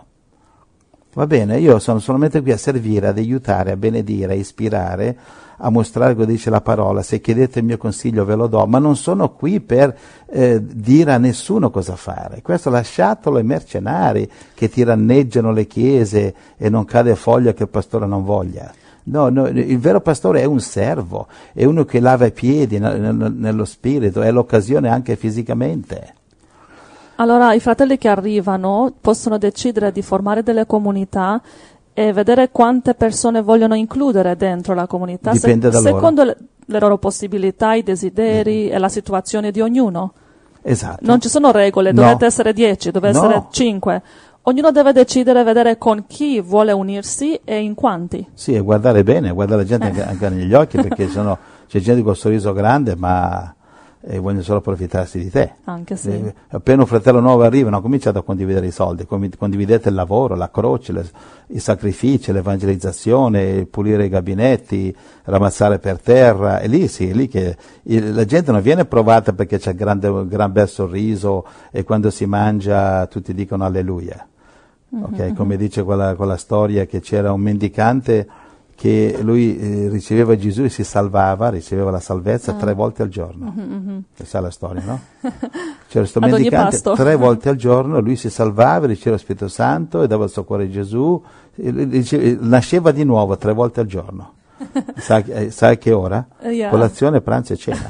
Va bene? Io sono solamente qui a servire, ad aiutare, a benedire, a ispirare, a mostrare cosa dice la parola. Se chiedete il mio consiglio ve lo do, ma non sono qui per dire a nessuno cosa fare. Questo lasciatelo ai mercenari che tiranneggiano le chiese e non cade foglia che il pastore non voglia. No, il vero pastore è un servo, è uno che lava i piedi nello spirito, è l'occasione anche fisicamente. Allora i fratelli che arrivano possono decidere di formare delle comunità e vedere quante persone vogliono includere dentro la comunità, Dipende da loro. secondo le loro possibilità, i desideri e la situazione di ognuno. Esatto. Non ci sono regole, No. dovete essere 10, dovete essere 5. Ognuno deve decidere, vedere con chi vuole unirsi e in quanti. Sì, e guardare bene, guardare la gente anche negli occhi, perché c'è gente con il sorriso grande, ma vogliono solo approfittarsi di te. Anche sì. Appena un fratello nuovo arriva, non cominciate a condividere i soldi, condividete il lavoro, la croce, i sacrifici, l'evangelizzazione, pulire i gabinetti, ramazzare per terra. E lì sì, è lì che la gente non viene provata perché c'è un gran bel sorriso e quando si mangia tutti dicono alleluia. Okay? Come dice quella storia che c'era un mendicante che lui riceveva Gesù e si salvava, riceveva la salvezza 3 volte al giorno. Questa è la storia, no? C'era questo Ad ogni mendicante, pasto. 3 volte al giorno, lui si salvava, riceveva lo Spirito Santo e dava il suo cuore a Gesù, nasceva di nuovo 3 volte al giorno. Sai che ora? Yeah. Colazione, pranzo e cena.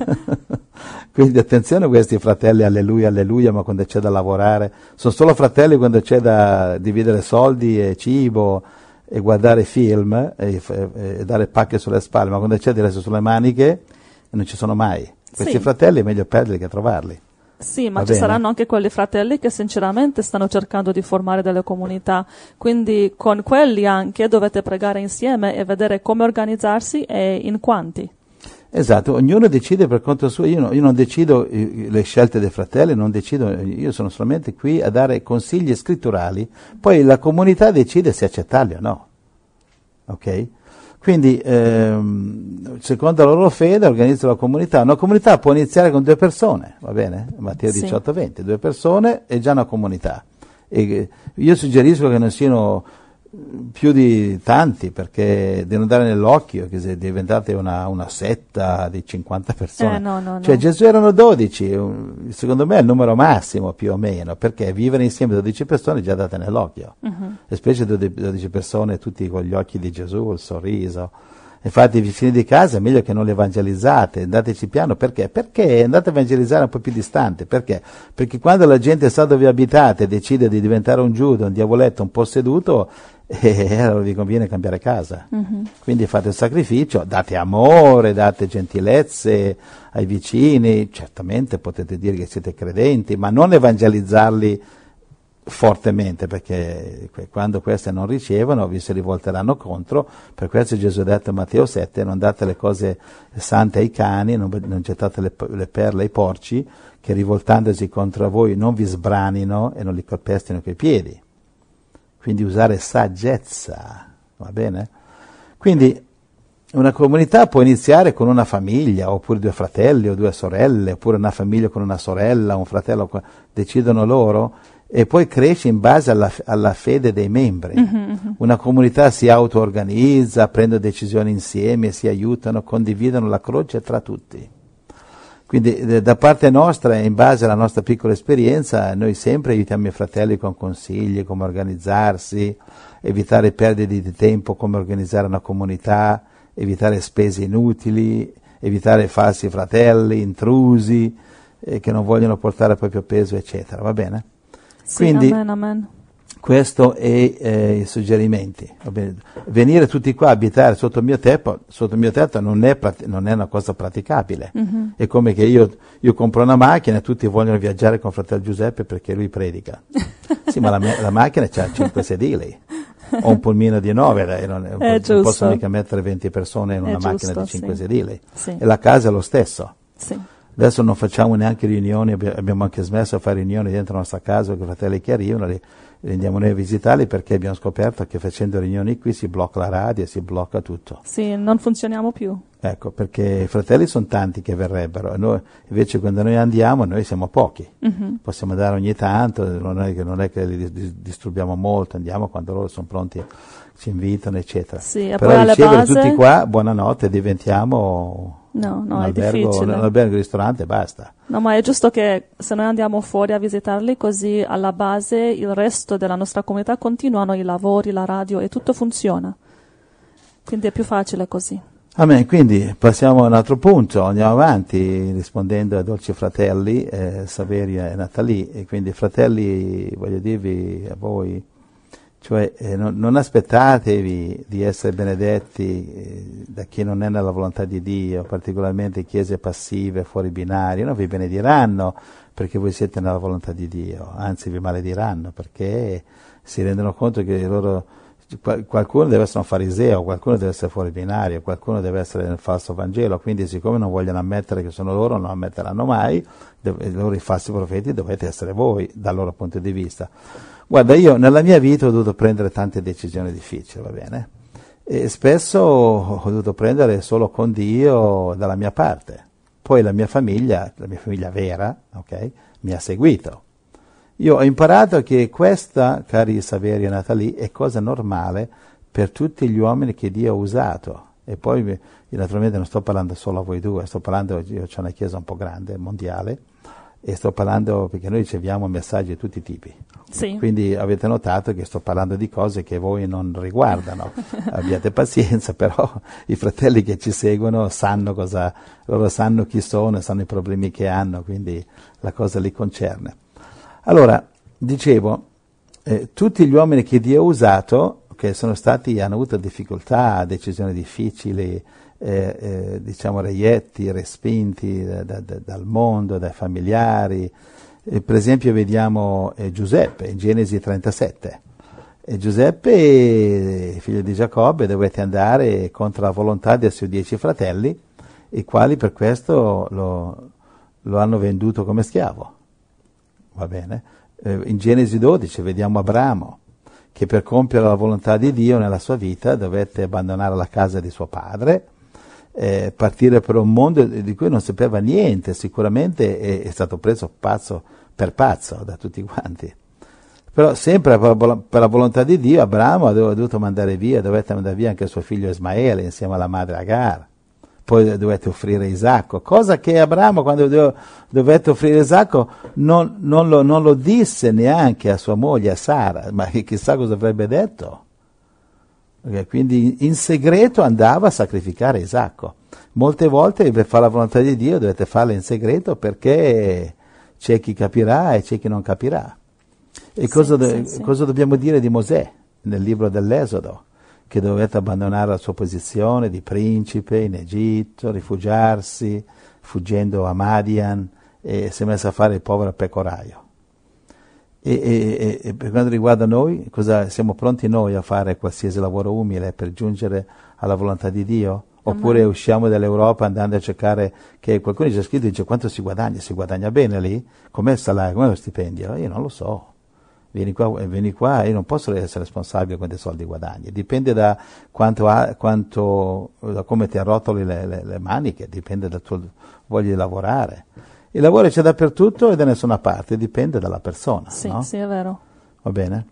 Quindi attenzione a questi fratelli, alleluia, alleluia, ma quando c'è da lavorare, sono solo fratelli quando c'è da dividere soldi e cibo e guardare film e dare pacche sulle spalle, ma quando c'è di resto sulle maniche non ci sono mai. Questi Sì. fratelli è meglio perderli che trovarli. Sì, ma Va ci bene. saranno anche quelli fratelli che sinceramente stanno cercando di formare delle comunità, quindi con quelli anche dovete pregare insieme e vedere come organizzarsi e in quanti. Esatto, ognuno decide per conto suo, io non decido le scelte dei fratelli, non decido, io sono solamente qui a dare consigli scritturali, poi la comunità decide se accettarli o no. Ok? Quindi, secondo la loro fede, organizza la comunità. Una comunità può iniziare con 2 persone, va bene? Matteo Sì. 18-20, 2 persone è già una comunità. E io suggerisco che non siano più di tanti, perché di non dare nell'occhio che se diventate una setta di 50 persone. No. Cioè Gesù erano 12, secondo me è il numero massimo più o meno, perché vivere insieme 12 persone già date nell'occhio, e specie 12 persone tutti con gli occhi di Gesù, il sorriso. Infatti vicini di casa è meglio che non li evangelizzate, andateci piano, perché? Perché andate a evangelizzare un po' più distante, perché? Perché quando la gente sa dove abitate e decide di diventare un Giuda, un diavoletto, un posseduto, allora vi conviene cambiare casa. Quindi fate il sacrificio, date amore, date gentilezze ai vicini, certamente potete dire che siete credenti, ma non evangelizzarli fortemente, perché quando queste non ricevono vi si rivolteranno contro. Per questo Gesù ha detto in Matteo 7: non date le cose sante ai cani, non gettate le perle ai porci, che rivoltandosi contro voi non vi sbranino e non li calpestino coi piedi. Quindi usare saggezza, va bene? Quindi una comunità può iniziare con una famiglia, oppure 2 fratelli o 2 sorelle, oppure una famiglia con una sorella, un fratello, decidono loro, e poi cresce in base alla fede dei membri. Una comunità si auto-organizza, prende decisioni insieme, si aiutano, condividono la croce tra tutti. Quindi da parte nostra, in base alla nostra piccola esperienza, noi sempre aiutiamo i fratelli con consigli, come organizzarsi, evitare perdite di tempo, come organizzare una comunità, evitare spese inutili, evitare falsi fratelli, intrusi, che non vogliono portare proprio peso, eccetera. Va bene? Sì, Quindi, amen. questo è i suggerimenti. Va bene? Venire tutti qua a abitare sotto il mio tetto non è una cosa praticabile. È come che io compro una macchina e tutti vogliono viaggiare con fratello Giuseppe perché lui predica. Sì, ma la macchina ha 5 sedili. Ho un pulmino di 9, non posso mica mettere 20 persone in una macchina di 5 sedili. Sì. E la casa è lo stesso. Sì. Adesso non facciamo neanche riunioni, abbiamo anche smesso di fare riunioni dentro la nostra casa con i fratelli che arrivano, li andiamo noi a visitarli, perché abbiamo scoperto che facendo riunioni qui si blocca la radio e si blocca tutto. Sì, non funzioniamo più. Ecco, perché i fratelli sono tanti che verrebbero, e noi, invece quando noi andiamo, noi siamo pochi. Possiamo andare ogni tanto, non è che li disturbiamo molto, andiamo quando loro sono pronti, ci invitano, eccetera. Sì, e però poi alle ricevere base... tutti qua, buonanotte, diventiamo... No, un è albergo, difficile. un albergo, ristorante, basta. No, ma è giusto che se noi andiamo fuori a visitarli, così alla base il resto della nostra comunità continuano i lavori, la radio e tutto funziona. Quindi è più facile così. Amen. Quindi passiamo a un altro punto, andiamo avanti rispondendo ai dolci fratelli Saveria e Natalie. E quindi fratelli, voglio dirvi a voi Cioè non aspettatevi di essere benedetti da chi non è nella volontà di Dio, particolarmente chiese passive, fuori binario, non vi benediranno perché voi siete nella volontà di Dio, anzi vi malediranno perché si rendono conto che qualcuno deve essere un fariseo, qualcuno deve essere fuori binario, qualcuno deve essere nel falso Vangelo, quindi siccome non vogliono ammettere che sono loro, non ammetteranno mai, loro i falsi profeti dovete essere voi dal loro punto di vista. Guarda, io nella mia vita ho dovuto prendere tante decisioni difficili, va bene? E spesso ho dovuto prendere solo con Dio dalla mia parte. Poi la mia famiglia vera, ok, mi ha seguito. Io ho imparato che questa, cari Saverio e Natalie, è cosa normale per tutti gli uomini che Dio ha usato. E poi, io naturalmente non sto parlando solo a voi due, io ho una chiesa un po' grande, mondiale, e sto parlando perché noi riceviamo messaggi di tutti i tipi. Sì. Quindi avete notato che sto parlando di cose che voi non riguardano. Abbiate pazienza, però i fratelli che ci seguono loro sanno chi sono, sanno i problemi che hanno, quindi la cosa li concerne. Allora, dicevo, tutti gli uomini che Dio ha usato, che hanno avuto difficoltà, decisioni difficili, diciamo reietti, respinti dal mondo, dai familiari. Per esempio vediamo Giuseppe in Genesi 37. Giuseppe, figlio di Giacobbe, dovette andare contro la volontà dei suoi 10 fratelli, i quali per questo lo hanno venduto come schiavo. Va bene? In Genesi 12 vediamo Abramo, che per compiere la volontà di Dio nella sua vita dovette abbandonare la casa di suo padre, partire per un mondo di cui non sapeva niente, sicuramente è stato preso per pazzo da tutti quanti. Però sempre per la volontà di Dio Abramo dovette mandare via anche suo figlio Ismaele insieme alla madre Agar. Poi dovette offrire Isacco, cosa che Abramo quando dovette offrire Isacco non lo disse neanche a sua moglie, a Sara, ma chissà cosa avrebbe detto. Quindi in segreto andava a sacrificare Isacco. Molte volte per fare la volontà di Dio dovete farla in segreto perché c'è chi capirà e c'è chi non capirà. E cosa dobbiamo dire di Mosè nel libro dell'Esodo? Che dovette abbandonare la sua posizione di principe in Egitto, rifugiarsi, fuggendo a Madian, e si è messo a fare il povero pecoraio. E per quanto riguarda noi, siamo pronti noi a fare qualsiasi lavoro umile per giungere alla volontà di Dio? Oppure usciamo dall'Europa andando a cercare, che qualcuno ci ha scritto e dice quanto si guadagna bene lì? Com'è il salario, com'è lo stipendio? Io non lo so. Vieni qua, io non posso essere responsabile di quanti soldi guadagni, dipende da da come ti arrotoli le maniche, dipende dal tuo voglia di lavorare. Il lavoro c'è dappertutto e da nessuna parte, dipende dalla persona. Sì, no? sì, è vero. Va bene?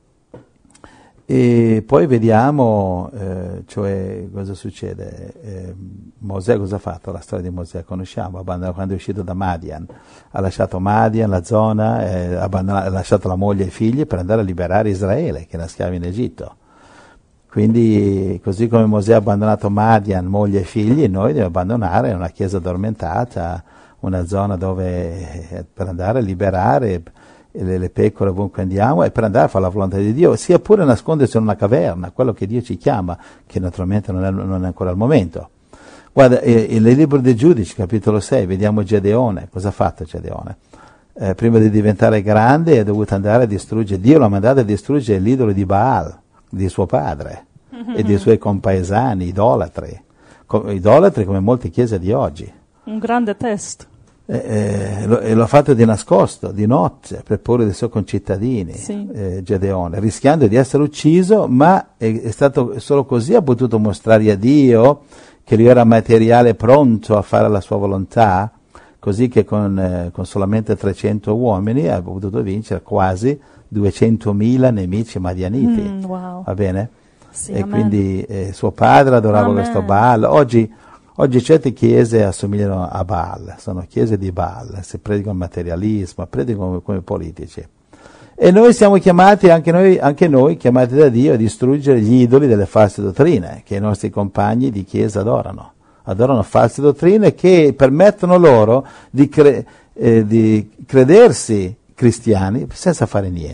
E poi vediamo, cioè cosa succede. Mosè cosa ha fatto? La storia di Mosè conosciamo, quando è uscito da Madian. Ha lasciato Madian, la zona, ha lasciato la moglie e i figli per andare a liberare Israele, che era schiavo in Egitto. Quindi, così come Mosè ha abbandonato Madian, moglie e figli, noi dobbiamo abbandonare una chiesa addormentata, una zona per andare a liberare le pecore ovunque andiamo e per andare a fare la volontà di Dio, sia pure nascondersi in una caverna, quello che Dio ci chiama, che naturalmente non è ancora il momento. Guarda, nel libro dei Giudici, capitolo 6, vediamo Gedeone. Cosa ha fatto Gedeone? Prima di diventare grande è dovuto andare a distruggere, Dio l'ha mandato a distruggere l'idolo di Baal, di suo padre, e dei suoi compaesani, idolatri come molte chiese di oggi. Un grande test. E l'ha fatto di nascosto, di notte, per paura dei suoi concittadini, sì. Gedeone, rischiando di essere ucciso, ma è stato solo così ha potuto mostrare a Dio che lui era materiale pronto a fare la sua volontà, così che con solamente 300 uomini ha potuto vincere quasi 200.000 nemici madianiti. Wow. Va bene? Sì, e amen. Quindi suo padre adorava questo Baal. Oggi certe chiese assomigliano a Baal, sono chiese di Baal, si predicano il materialismo, predicano come politici. E noi siamo chiamati, anche noi, chiamati da Dio, a distruggere gli idoli delle false dottrine che i nostri compagni di chiesa adorano. Adorano false dottrine che permettono loro di credersi cristiani senza fare niente.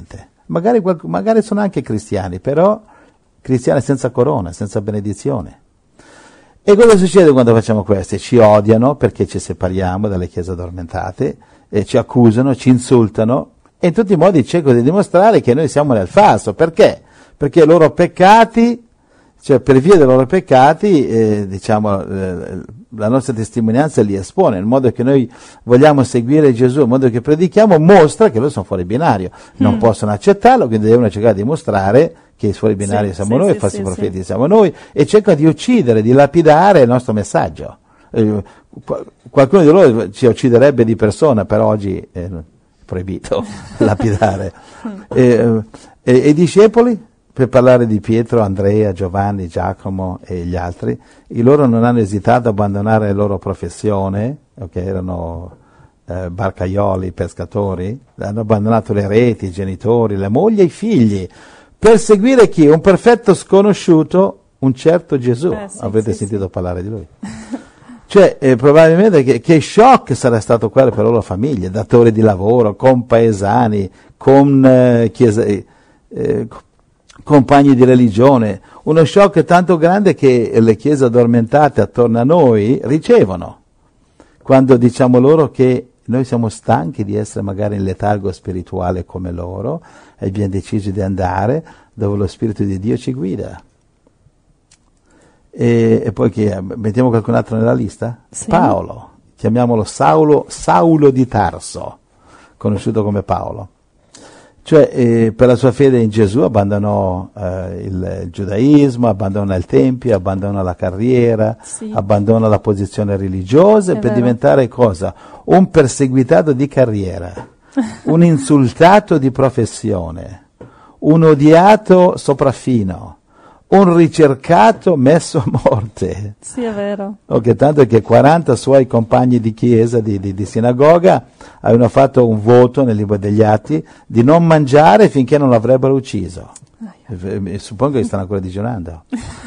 Magari sono anche cristiani, però cristiani senza corona, senza benedizione. E cosa succede quando facciamo questo? Ci odiano perché ci separiamo dalle chiese addormentate, ci accusano, ci insultano, e in tutti i modi cercano di dimostrare che noi siamo nel falso. Perché? Perché i loro peccati, cioè per via dei loro peccati, la nostra testimonianza li espone, in modo che noi vogliamo seguire Gesù, in modo che predichiamo, mostra che loro sono fuori binario. Non possono accettarlo, quindi devono cercare di dimostrare che i fuori binari siamo noi, i falsi profeti siamo noi, e cercano di uccidere, di lapidare il nostro messaggio. Qualcuno di loro ci ucciderebbe di persona, però oggi è proibito lapidare. E i discepoli? Per parlare di Pietro, Andrea, Giovanni, Giacomo e gli altri, loro non hanno esitato a abbandonare la loro professione, erano barcaioli, pescatori, hanno abbandonato le reti, i genitori, le mogli e i figli, per seguire chi? Un perfetto sconosciuto, un certo Gesù. Avete sentito parlare di lui? Cioè, probabilmente che shock sarà stato quello per le loro famiglie, datori di lavoro, compaesani, con compagni di religione, uno shock tanto grande che le chiese addormentate attorno a noi ricevono, quando diciamo loro che noi siamo stanchi di essere magari in letargo spirituale come loro e abbiamo deciso di andare dove lo Spirito di Dio ci guida. E poi mettiamo qualcun altro nella lista? Sì. Paolo, chiamiamolo Saulo di Tarso, conosciuto come Paolo. Cioè, per la sua fede in Gesù abbandonò il giudaismo, abbandona il tempio, abbandona la carriera, abbandona la posizione religiosa per diventare cosa? Un perseguitato di carriera, un insultato di professione, un odiato sopraffino, un ricercato messo a morte. Sì, è vero. Tanto che 40 suoi compagni di chiesa, di sinagoga, avevano fatto un voto nel libro degli Atti di non mangiare finché non l'avrebbero ucciso. Suppongo che stanno ancora digiunando.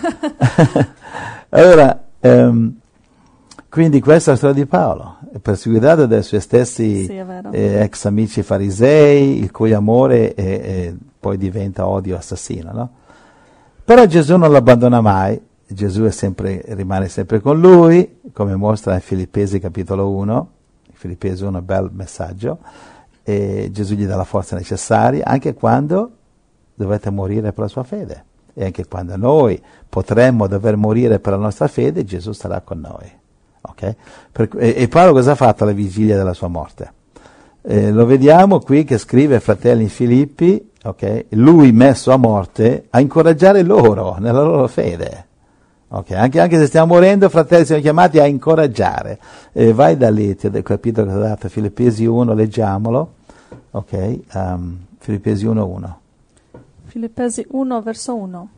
Allora, quindi questa è la storia di Paolo, è perseguitato dai suoi stessi ex amici farisei, il cui amore poi diventa odio assassino, no? Però Gesù non lo abbandona mai, Gesù rimane sempre con lui, come mostra in Filippesi capitolo 1, Filippesi 1 è un bel messaggio, e Gesù gli dà la forza necessaria anche quando dovete morire per la sua fede, e anche quando noi potremmo dover morire per la nostra fede, Gesù sarà con noi. Okay? E Paolo cosa ha fatto alla vigilia della sua morte? Lo vediamo qui che scrive ai fratelli in Filippi, lui messo a morte a incoraggiare loro nella loro fede. Anche se stiamo morendo, fratelli, siamo chiamati a incoraggiare. Vai da lì, ti ho capito cosa ha dato, Filippesi 1, leggiamolo. Filippesi 1:1. Filippesi 1, verso 1.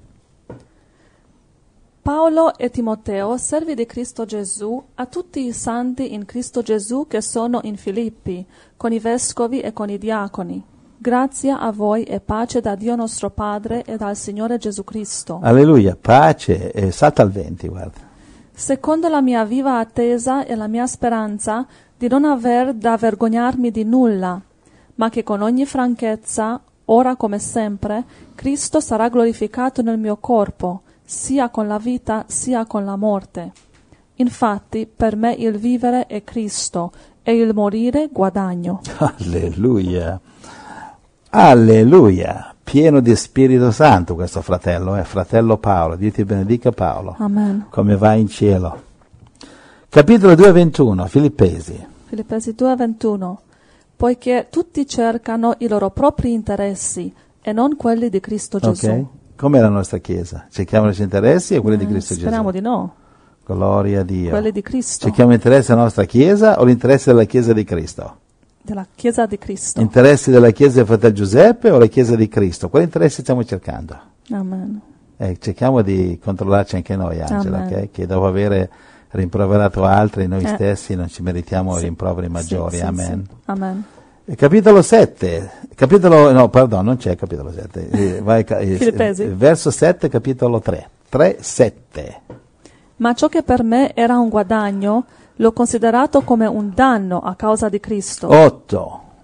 Paolo e Timoteo, servi di Cristo Gesù, a tutti i santi in Cristo Gesù che sono in Filippi, con i vescovi e con i diaconi. Grazia a voi e pace da Dio nostro Padre e dal Signore Gesù Cristo. Alleluia, pace, salta al 20, guarda. Secondo la mia viva attesa e la mia speranza di non aver da vergognarmi di nulla, ma che con ogni franchezza, ora come sempre, Cristo sarà glorificato nel mio corpo, sia con la vita sia con la morte. Infatti, per me il vivere è Cristo e il morire guadagno. Alleluia. Alleluia, pieno di Spirito Santo questo fratello, fratello Paolo, Dio ti benedica Paolo. Amen. Come va in cielo. Capitolo 2:21, Filippesi 2:21. Poiché tutti cercano i loro propri interessi e non quelli di Cristo Gesù. Com'è la nostra Chiesa? Cerchiamo i nostri interessi o quelli di Cristo speriamo Gesù? Speriamo di no. Gloria a Dio. Quelli di Cristo. Cerchiamo l'interesse della nostra Chiesa o l'interesse della Chiesa di Cristo? Della Chiesa di Cristo. Interessi della Chiesa di fratello Giuseppe o la Chiesa di Cristo? Quali interessi stiamo cercando? Amen. Cerchiamo di controllarci anche noi, Angela, che dopo aver rimproverato altri, noi stessi non ci meritiamo rimproveri maggiori. Amen. Sì. Amen. Capitolo 7, non c'è capitolo 7, Filippesi. Verso 7, capitolo 3:7. Ma ciò che per me era un guadagno, l'ho considerato come un danno a causa di Cristo. 8.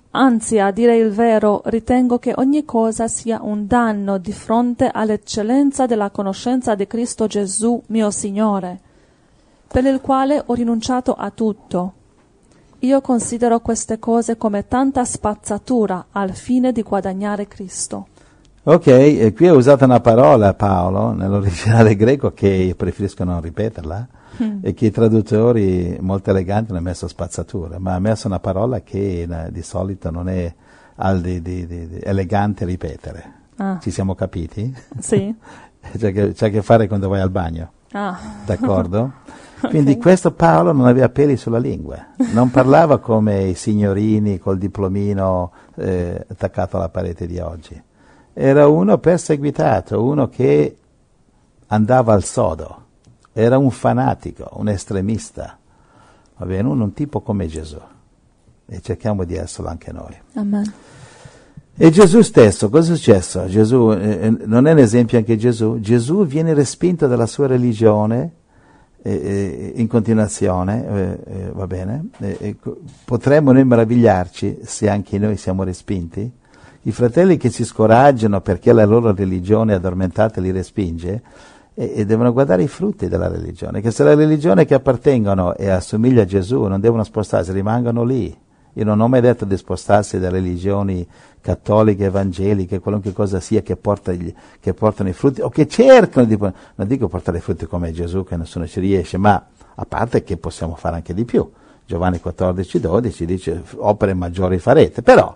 Anzi, a dire il vero, ritengo che ogni cosa sia un danno di fronte all'eccellenza della conoscenza di Cristo Gesù, mio Signore, per il quale ho rinunciato a tutto. Io considero queste cose come tanta spazzatura al fine di guadagnare Cristo. Ok, e qui ho usato una parola, Paolo, nell'originale greco, che io preferisco non ripeterla, e che i traduttori molto eleganti hanno messo spazzatura, ma ha messo una parola che di solito non è di elegante ripetere. Ci siamo capiti? Sì. C'è a che fare quando vai al bagno. D'accordo? Okay. Quindi questo Paolo non aveva peli sulla lingua, non parlava come i signorini col diplomino attaccato alla parete di oggi. Era uno perseguitato, uno che andava al sodo, era un fanatico, un estremista, va bene? Un tipo come Gesù, e cerchiamo di esserlo anche noi. Amen. E Gesù stesso, cosa è successo? Gesù, non è un esempio anche Gesù? Gesù viene respinto dalla sua religione in continuazione, va bene? Potremmo noi meravigliarci se anche noi siamo respinti? I fratelli che si scoraggiano perché la loro religione addormentata li respinge e devono guardare i frutti della religione, che se la religione che appartengono e assomiglia a Gesù non devono spostarsi, rimangono lì. Io non ho mai detto di spostarsi da religioni cattoliche, evangeliche, qualunque cosa sia che portano i frutti, o che cercano di... Non dico portare i frutti come Gesù, che nessuno ci riesce, ma a parte che possiamo fare anche di più. Giovanni 14,12 dice opere maggiori farete, però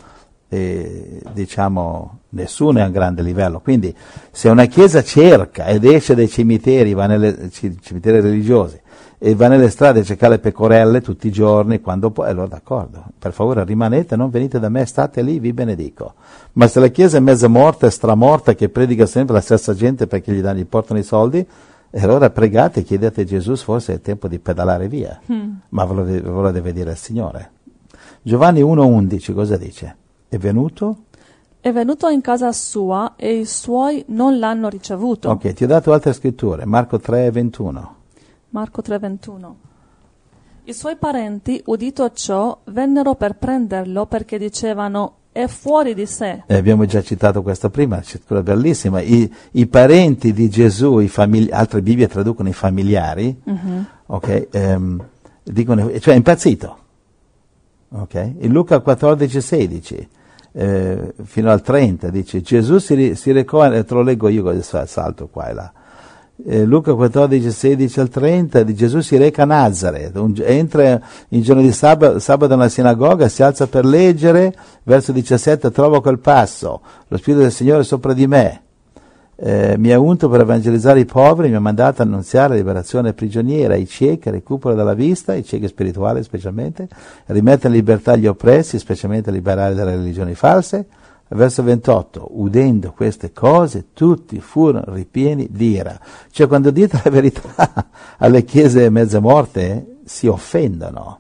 diciamo nessuno è a un grande livello. Quindi se una chiesa cerca ed esce dai cimiteri, va nelle cimiteri religiosi, e va nelle strade a cercare le pecorelle tutti i giorni, quando può, allora d'accordo, per favore rimanete, non venite da me, state lì, vi benedico. Ma se la chiesa è mezza morta, è stramorta, che predica sempre la stessa gente perché gli portano i soldi, allora pregate, chiedete a Gesù, forse è tempo di pedalare via. Ma ve lo deve dire il Signore. Giovanni 1,11 cosa dice? È venuto in casa sua e i suoi non l'hanno ricevuto. Ok, ti ho dato altre scritture, Marco 3,21. Marco 3,21. I suoi parenti, udito ciò, vennero per prenderlo perché dicevano è fuori di sé. Abbiamo già citato questa prima, scrittura bellissima. I parenti di Gesù, altre Bibbie traducono i familiari, ok, dicono, cioè impazzito. Ok? In Luca 14,16 fino al 30 dice Gesù si recò, te lo leggo io, così salto qua e là. Luca 14,16 al 30 di Gesù si reca a Nazareth, entra in giorno di sabato nella sinagoga, si alza per leggere, verso 17, trovo quel passo, lo Spirito del Signore è sopra di me, mi ha unto per evangelizzare i poveri, mi ha mandato a annunziare la liberazione prigioniera, ai ciechi, recupero della vista, i ciechi spirituali specialmente, rimettere in libertà gli oppressi, specialmente liberare dalle religioni false. Verso 28, udendo queste cose tutti furono ripieni di ira. Cioè quando dite la verità alle chiese mezze morte si offendono.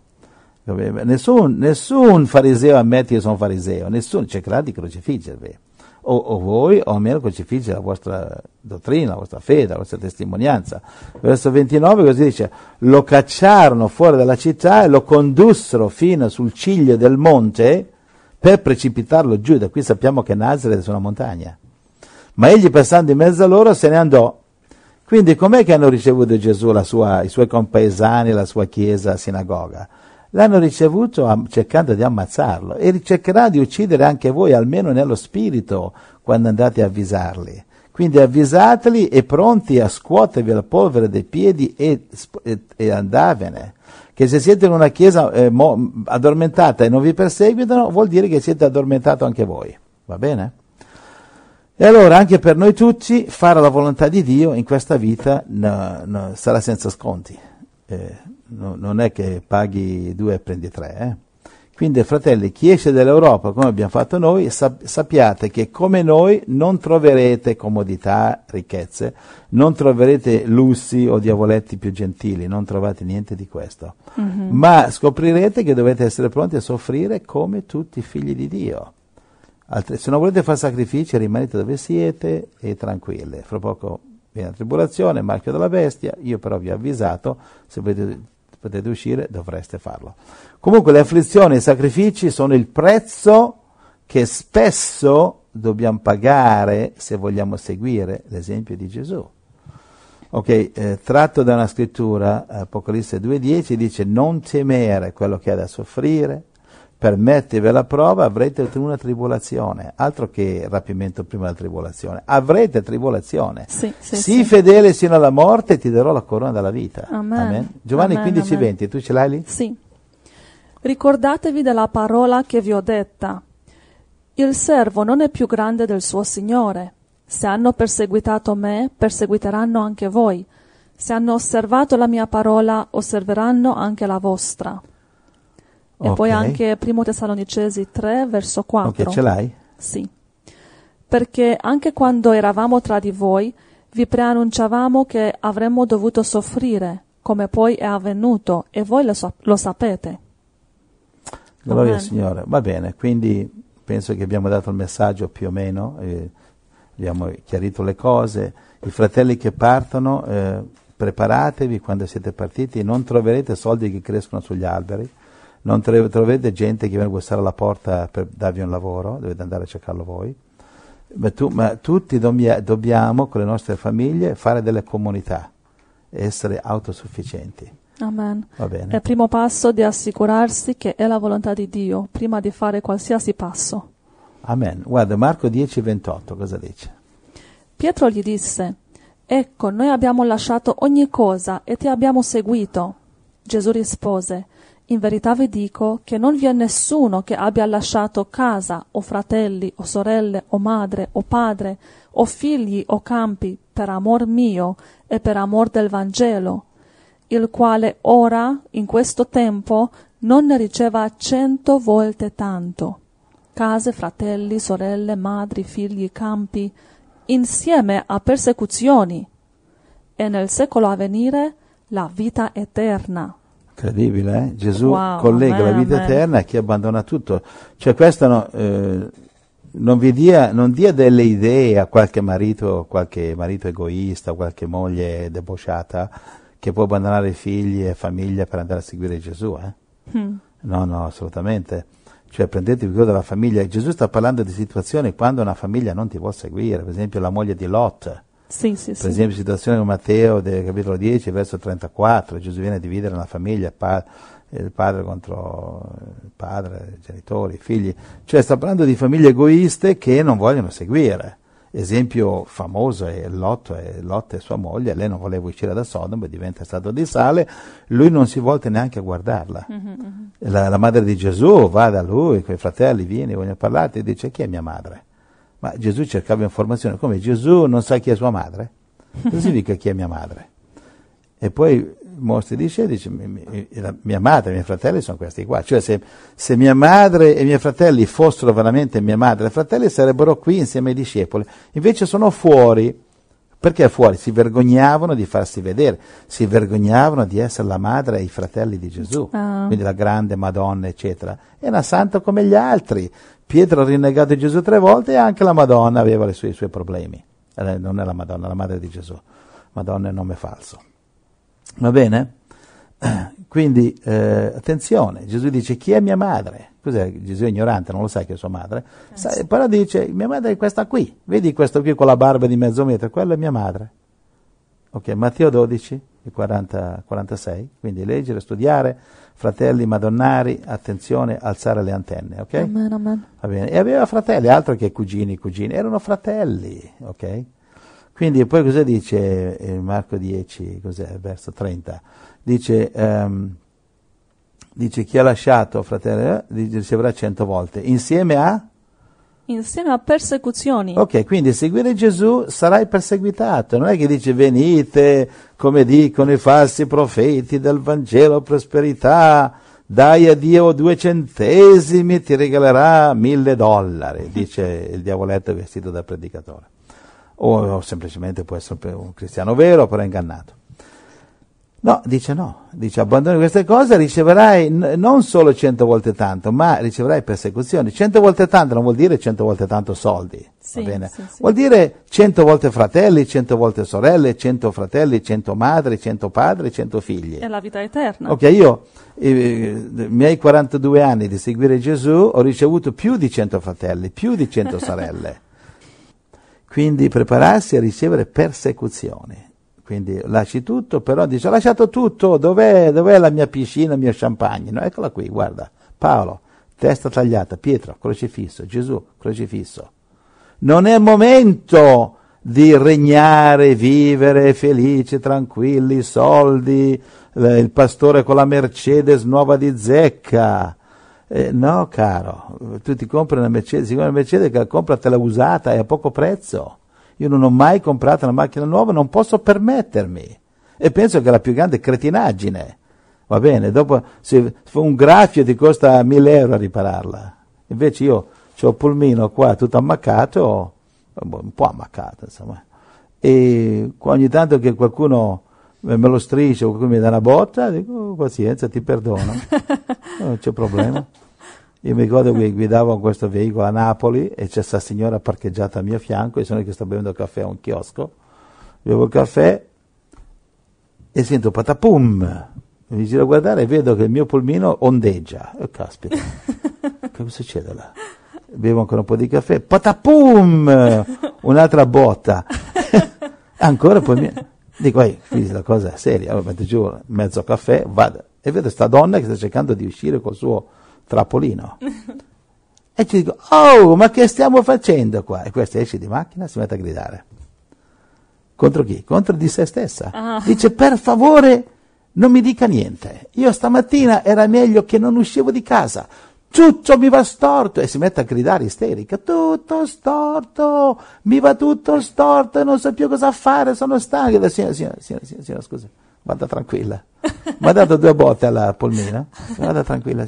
Nessun fariseo ammette che sono fariseo, nessuno cercherà di crocifiggervi. O voi o almeno crocifiggere la vostra dottrina, la vostra fede, la vostra testimonianza. Verso 29 così dice, lo cacciarono fuori dalla città e lo condussero fino sul ciglio del monte per precipitarlo giù. Da qui sappiamo che Nazareth è una montagna. Ma egli, passando in mezzo a loro, se ne andò. Quindi com'è che hanno ricevuto Gesù, i suoi compaesani, la sua chiesa, sinagoga? L'hanno ricevuto cercando di ammazzarlo e cercherà di uccidere anche voi, almeno nello spirito, quando andate a avvisarli. Quindi avvisateli e pronti a scuotervi la polvere dei piedi e andarvene. Che se siete in una chiesa addormentata e non vi perseguitano, vuol dire che siete addormentato anche voi. Va bene? E allora anche per noi tutti fare la volontà di Dio in questa vita sarà senza sconti. Non è che paghi 2 e prendi 3. Quindi fratelli, chi esce dall'Europa come abbiamo fatto noi, sappiate che come noi non troverete comodità, ricchezze, non troverete lussi o diavoletti più gentili, non trovate niente di questo. Ma scoprirete che dovete essere pronti a soffrire come tutti i figli di Dio. Se non volete fare sacrifici, rimanete dove siete e tranquilli. Fra poco viene la tribolazione, marchio della bestia. Io però vi ho avvisato, se volete potete uscire, dovreste farlo. Comunque le afflizioni e i sacrifici sono il prezzo che spesso dobbiamo pagare se vogliamo seguire l'esempio di Gesù. Ok, tratto da una scrittura, Apocalisse 2,10, dice: non temere quello che è da soffrire, permettevi la prova, avrete ottenuto una tribolazione. Altro che rapimento prima della tribolazione, avrete tribolazione. Sii fedele sino alla morte e ti darò la corona della vita. Amen. Giovanni Amen, 15,20, tu ce l'hai lì? Sì. Ricordatevi della parola che vi ho detta. Il servo non è più grande del suo Signore. Se hanno perseguitato me, perseguiteranno anche voi. Se hanno osservato la mia parola, osserveranno anche la vostra. E poi anche 1 Tessalonicesi 3, verso 4. Ok, ce l'hai? Sì. Perché anche quando eravamo tra di voi, vi preannunciavamo che avremmo dovuto soffrire, come poi è avvenuto, e voi lo sapete. Gloria al Signore. Va bene, quindi penso che abbiamo dato il messaggio più o meno, abbiamo chiarito le cose. I fratelli che partono, preparatevi quando siete partiti, non troverete soldi che crescono sugli alberi, non troverete gente che viene a bussare alla porta per darvi un lavoro, dovete andare a cercarlo voi, ma tutti dobbiamo con le nostre famiglie fare delle comunità, essere autosufficienti. Amen. Va bene. È il primo passo di assicurarsi che è la volontà di Dio prima di fare qualsiasi passo. Amen. Guarda, Marco 10,28 cosa dice? Pietro gli disse: ecco, noi abbiamo lasciato ogni cosa e ti abbiamo seguito. Gesù rispose: in verità vi dico che non vi è nessuno che abbia lasciato casa o fratelli o sorelle o madre o padre o figli o campi per amor mio e per amor del Vangelo, il quale ora, in questo tempo, non ne riceva 100 volte tanto. Case, fratelli, sorelle, madri, figli, campi, insieme a persecuzioni, e nel secolo a venire la vita eterna. Incredibile, eh? Gesù collega la vita eterna a chi abbandona tutto. Cioè questo non dia delle idee a qualche marito egoista, qualche moglie debosciata che può abbandonare figli e famiglia per andare a seguire Gesù. No, assolutamente. Cioè prendetevi cura della famiglia. Gesù sta parlando di situazioni quando una famiglia non ti vuole seguire, per esempio la moglie di Lot. Sì. Per esempio situazione con Matteo del capitolo 10 verso 34, Gesù viene a dividere una famiglia, il padre contro il padre, i genitori, i figli. Cioè sta parlando di famiglie egoiste che non vogliono seguire. Esempio famoso è Lot e sua moglie, lei non voleva uscire da Sodoma, diventa stato di sale, lui non si volta neanche a guardarla. La madre di Gesù va da lui, con i fratelli, vieni, voglio parlarti, e dice: chi è mia madre? Ma Gesù cercava informazioni, come Gesù non sa chi è sua madre? Cosa significa chi è mia madre? E poi mostra, dice mia madre e i miei fratelli sono questi qua. Cioè se mia madre e i miei fratelli fossero veramente mia madre e fratelli sarebbero qui insieme ai discepoli. Invece sono fuori. Perché fuori? Si vergognavano di farsi vedere, si vergognavano di essere la madre e i fratelli di Gesù, quindi la grande Madonna, eccetera. È una santa come gli altri. Pietro ha rinnegato Gesù 3 volte e anche la Madonna aveva i suoi problemi. Non è la Madonna, la madre di Gesù. Madonna è un nome falso. Va bene? Quindi attenzione, Gesù dice: chi è mia madre? Cos'è? Gesù è ignorante, non lo sa chi è sua madre. Però dice: mia madre è questa qui, vedi questo qui con la barba di mezzo metro, quella è mia madre. Ok, Matteo 12, 46, quindi leggere, studiare, fratelli madonnari, attenzione, alzare le antenne, ok? Amen. Va bene. E aveva fratelli, altro che cugini, erano fratelli, ok? Quindi poi cosa dice Marco 10, cos'è, verso 30? Dice chi ha lasciato fratello riceverà 100 volte, insieme a persecuzioni. Ok, quindi seguire Gesù sarai perseguitato, non è che dice venite, come dicono i falsi profeti del Vangelo prosperità, dai a Dio 2 centesimi, ti regalerà $1.000, dice il diavoletto vestito da predicatore. O semplicemente può essere un cristiano vero, però ingannato. No, dice abbandoni queste cose, riceverai non solo 100 volte tanto, ma riceverai persecuzioni. 100 volte tanto non vuol dire 100 volte tanto soldi, Sì, va bene? sì, sì. Vuol dire 100 volte fratelli, 100 volte sorelle, 100 fratelli, 100 madri, 100 padri, 100 figli. È la vita eterna. Ok, io, i miei 42 anni di seguire Gesù, ho ricevuto più di 100 fratelli, più di 100 sorelle. Quindi prepararsi a ricevere persecuzioni. Quindi lasci tutto, però dice, ho lasciato tutto, dov'è la mia piscina, il mio champagne? No, eccola qui, guarda, Paolo, testa tagliata, Pietro, crocifisso, Gesù, crocifisso. Non è il momento di regnare, vivere felici, tranquilli, soldi, il pastore con la Mercedes nuova di zecca. No, caro, tu ti compri una Mercedes, siccome una Mercedes che la compratela usata è a poco prezzo. Io non ho mai comprato una macchina nuova, non posso permettermi. E penso che è la più grande cretinaggine. Va bene, dopo se un graffio ti costa 1.000 euro a ripararla. Invece io ho il pulmino qua tutto ammaccato, un po' ammaccato insomma. E ogni tanto che qualcuno me lo striscia o qualcuno mi dà una botta, dico pazienza, ti perdono, non c'è problema. Io mi ricordo che guidavo questo veicolo a Napoli e c'è questa signora parcheggiata al mio fianco e sono che sto bevendo caffè a un chiosco, bevo il caffè e sento patapum, mi giro a guardare e vedo che il mio pulmino ondeggia, e caspita, che cosa succede là? Bevo ancora un po' di caffè, patapum, un'altra botta, ancora poi dico, qui la cosa è seria, allora metto giù mezzo caffè, vado e vedo sta donna che sta cercando di uscire col suo trappolino e ci dico, oh, ma che stiamo facendo qua? E questa esce di macchina e si mette a gridare contro chi? Contro di se stessa. Dice, per favore non mi dica niente, io stamattina era meglio che non uscivo di casa, tutto mi va storto, e si mette a gridare isterica, tutto storto, mi va tutto storto e non so più cosa fare, sono stanca. Signora, scusi, vada tranquilla, mi ha dato 2 botte alla polmina, vada tranquilla.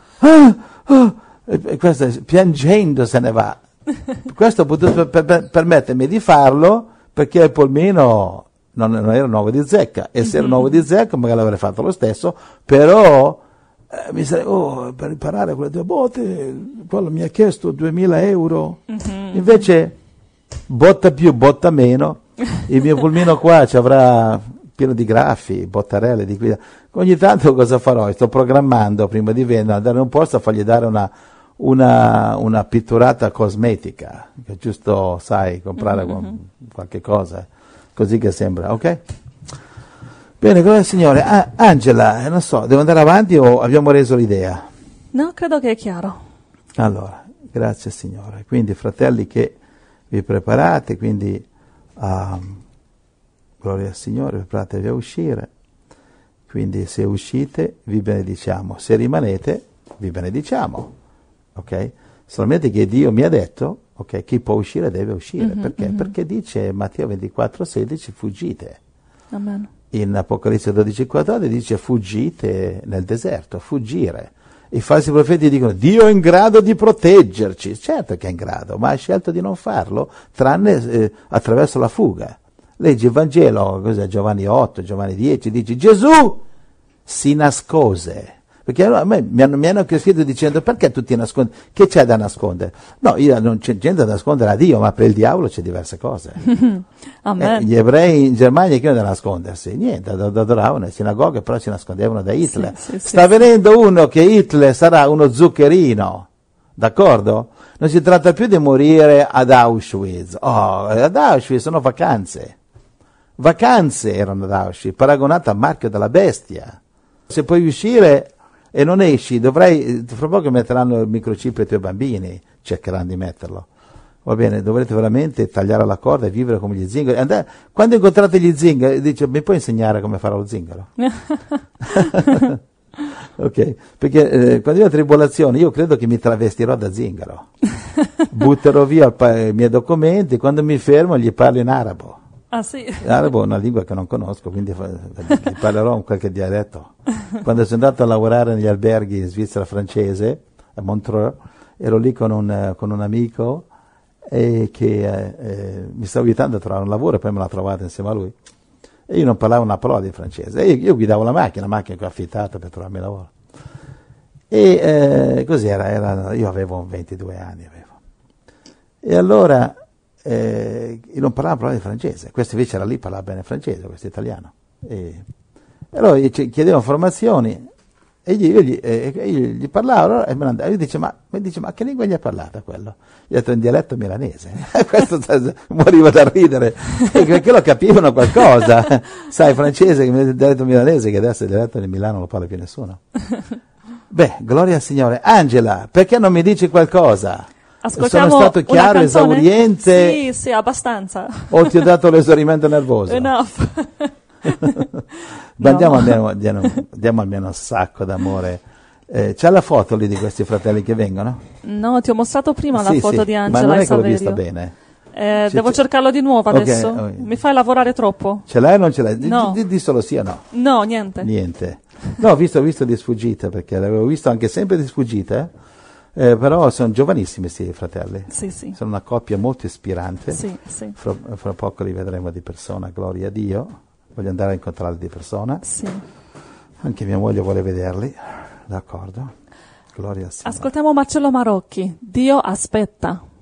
E questa piangendo se ne va. Questo ho potuto permettermi di farlo perché il polmino non era nuovo di zecca, e se era nuovo di zecca magari l'avrei fatto lo stesso, però mi sarei, per riparare quelle 2 botte quello mi ha chiesto 2.000 euro. Invece botta più, botta meno, il mio pulmino qua ci avrà pieno di graffi, bottarelle di guida. Ogni tanto cosa farò? Sto programmando prima di vendere, andare in un posto a fargli dare una pitturata cosmetica, che giusto, sai, comprare qualche cosa, così che sembra, ok? Bene, grazie Signore. Angela, non so, devo andare avanti o abbiamo reso l'idea? No, credo che è chiaro. Allora, grazie Signore. Quindi fratelli che vi preparate, quindi gloria al Signore, preparatevi a uscire. Quindi se uscite vi benediciamo, se rimanete vi benediciamo, ok? Solamente che Dio mi ha detto, ok, chi può uscire deve uscire. Perché? Perché dice Matteo 24:16, fuggite. Amen. In Apocalisse 12:14 dice fuggite nel deserto, fuggire. I falsi profeti dicono Dio è in grado di proteggerci, certo che è in grado, ma ha scelto di non farlo tranne attraverso la fuga. Leggi il Vangelo, cos'è, Giovanni 8, Giovanni 10, dice Gesù si nascose, perché a me mi hanno scritto dicendo perché tu ti nascondi, che c'è da nascondere? No, non c'è niente da nascondere a Dio, ma per il diavolo c'è diverse cose. Amen. Gli ebrei in Germania che hanno da nascondersi? Niente, adoravano le sinagoghe, però si nascondevano da Hitler. Sta venendo uno che Hitler sarà uno zuccherino, d'accordo? Non si tratta più di morire ad Auschwitz. Ad Auschwitz sono vacanze. Vacanze erano ad Auschwitz, paragonate al marchio della bestia. Se puoi uscire e non esci, fra poco metteranno il microchip ai tuoi bambini, cercheranno di metterlo. Va bene, dovrete veramente tagliare la corda e vivere come gli zingari. Quando incontrate gli zingari, dice, mi puoi insegnare come fare lo zingaro? Ok, perché quando io ho tribolazione, io credo che mi travestirò da zingaro. Butterò via i miei documenti, quando mi fermo gli parlo in arabo. Ah sì? L'arabo è una lingua che non conosco, quindi gli parlerò in qualche dialetto. Quando sono andato a lavorare negli alberghi in Svizzera francese, a Montreux, ero lì con un amico che mi stava aiutando a trovare un lavoro e poi me l'ha trovato insieme a lui. E io non parlavo una parola di francese. E io guidavo la macchina che ho affittato per trovarmi lavoro. E così io avevo 22 anni. E allora io non parlavo una parola di francese. Questo invece era lì, parlava bene francese, questo italiano. E allora chiedevo informazioni e io gli parlavo e io dice ma che lingua gli ha parlato quello? Gli ho detto in dialetto milanese. Questo moriva da ridere perché lo capivano qualcosa. Sai, francese, il dialetto milanese, che adesso il dialetto di Milano non lo parla più nessuno. Beh, gloria al Signore. Angela, perché non mi dici qualcosa? Ascoltiamo Sono stato chiaro, una canzone? esauriente? Sì, abbastanza. O ti ho dato l'esaurimento nervoso? Enough. Ma No. diamo almeno un sacco d'amore. C'è la foto lì di questi fratelli che vengono? No, ti ho mostrato prima la Sì, foto sì, di ma Angela non e è che l'ho Saverio. vista bene. Devo cercarlo di nuovo Ok, adesso. ok. Mi fai lavorare troppo? Ce l'hai o non ce l'hai? No. Di solo sì o no? No, niente. Niente. No, ho visto di sfuggita, perché l'avevo visto anche sempre di sfuggita, però sono giovanissimi questi fratelli. Sì, sì. Sono una coppia molto ispirante. Sì, sì. Fra poco li vedremo di persona, gloria a Dio. Voglio andare a incontrarli di persona. Sì. Anche mia moglie vuole vederli. D'accordo? Gloria al Signore. Ascoltiamo Marcello Marocchi. Dio aspetta.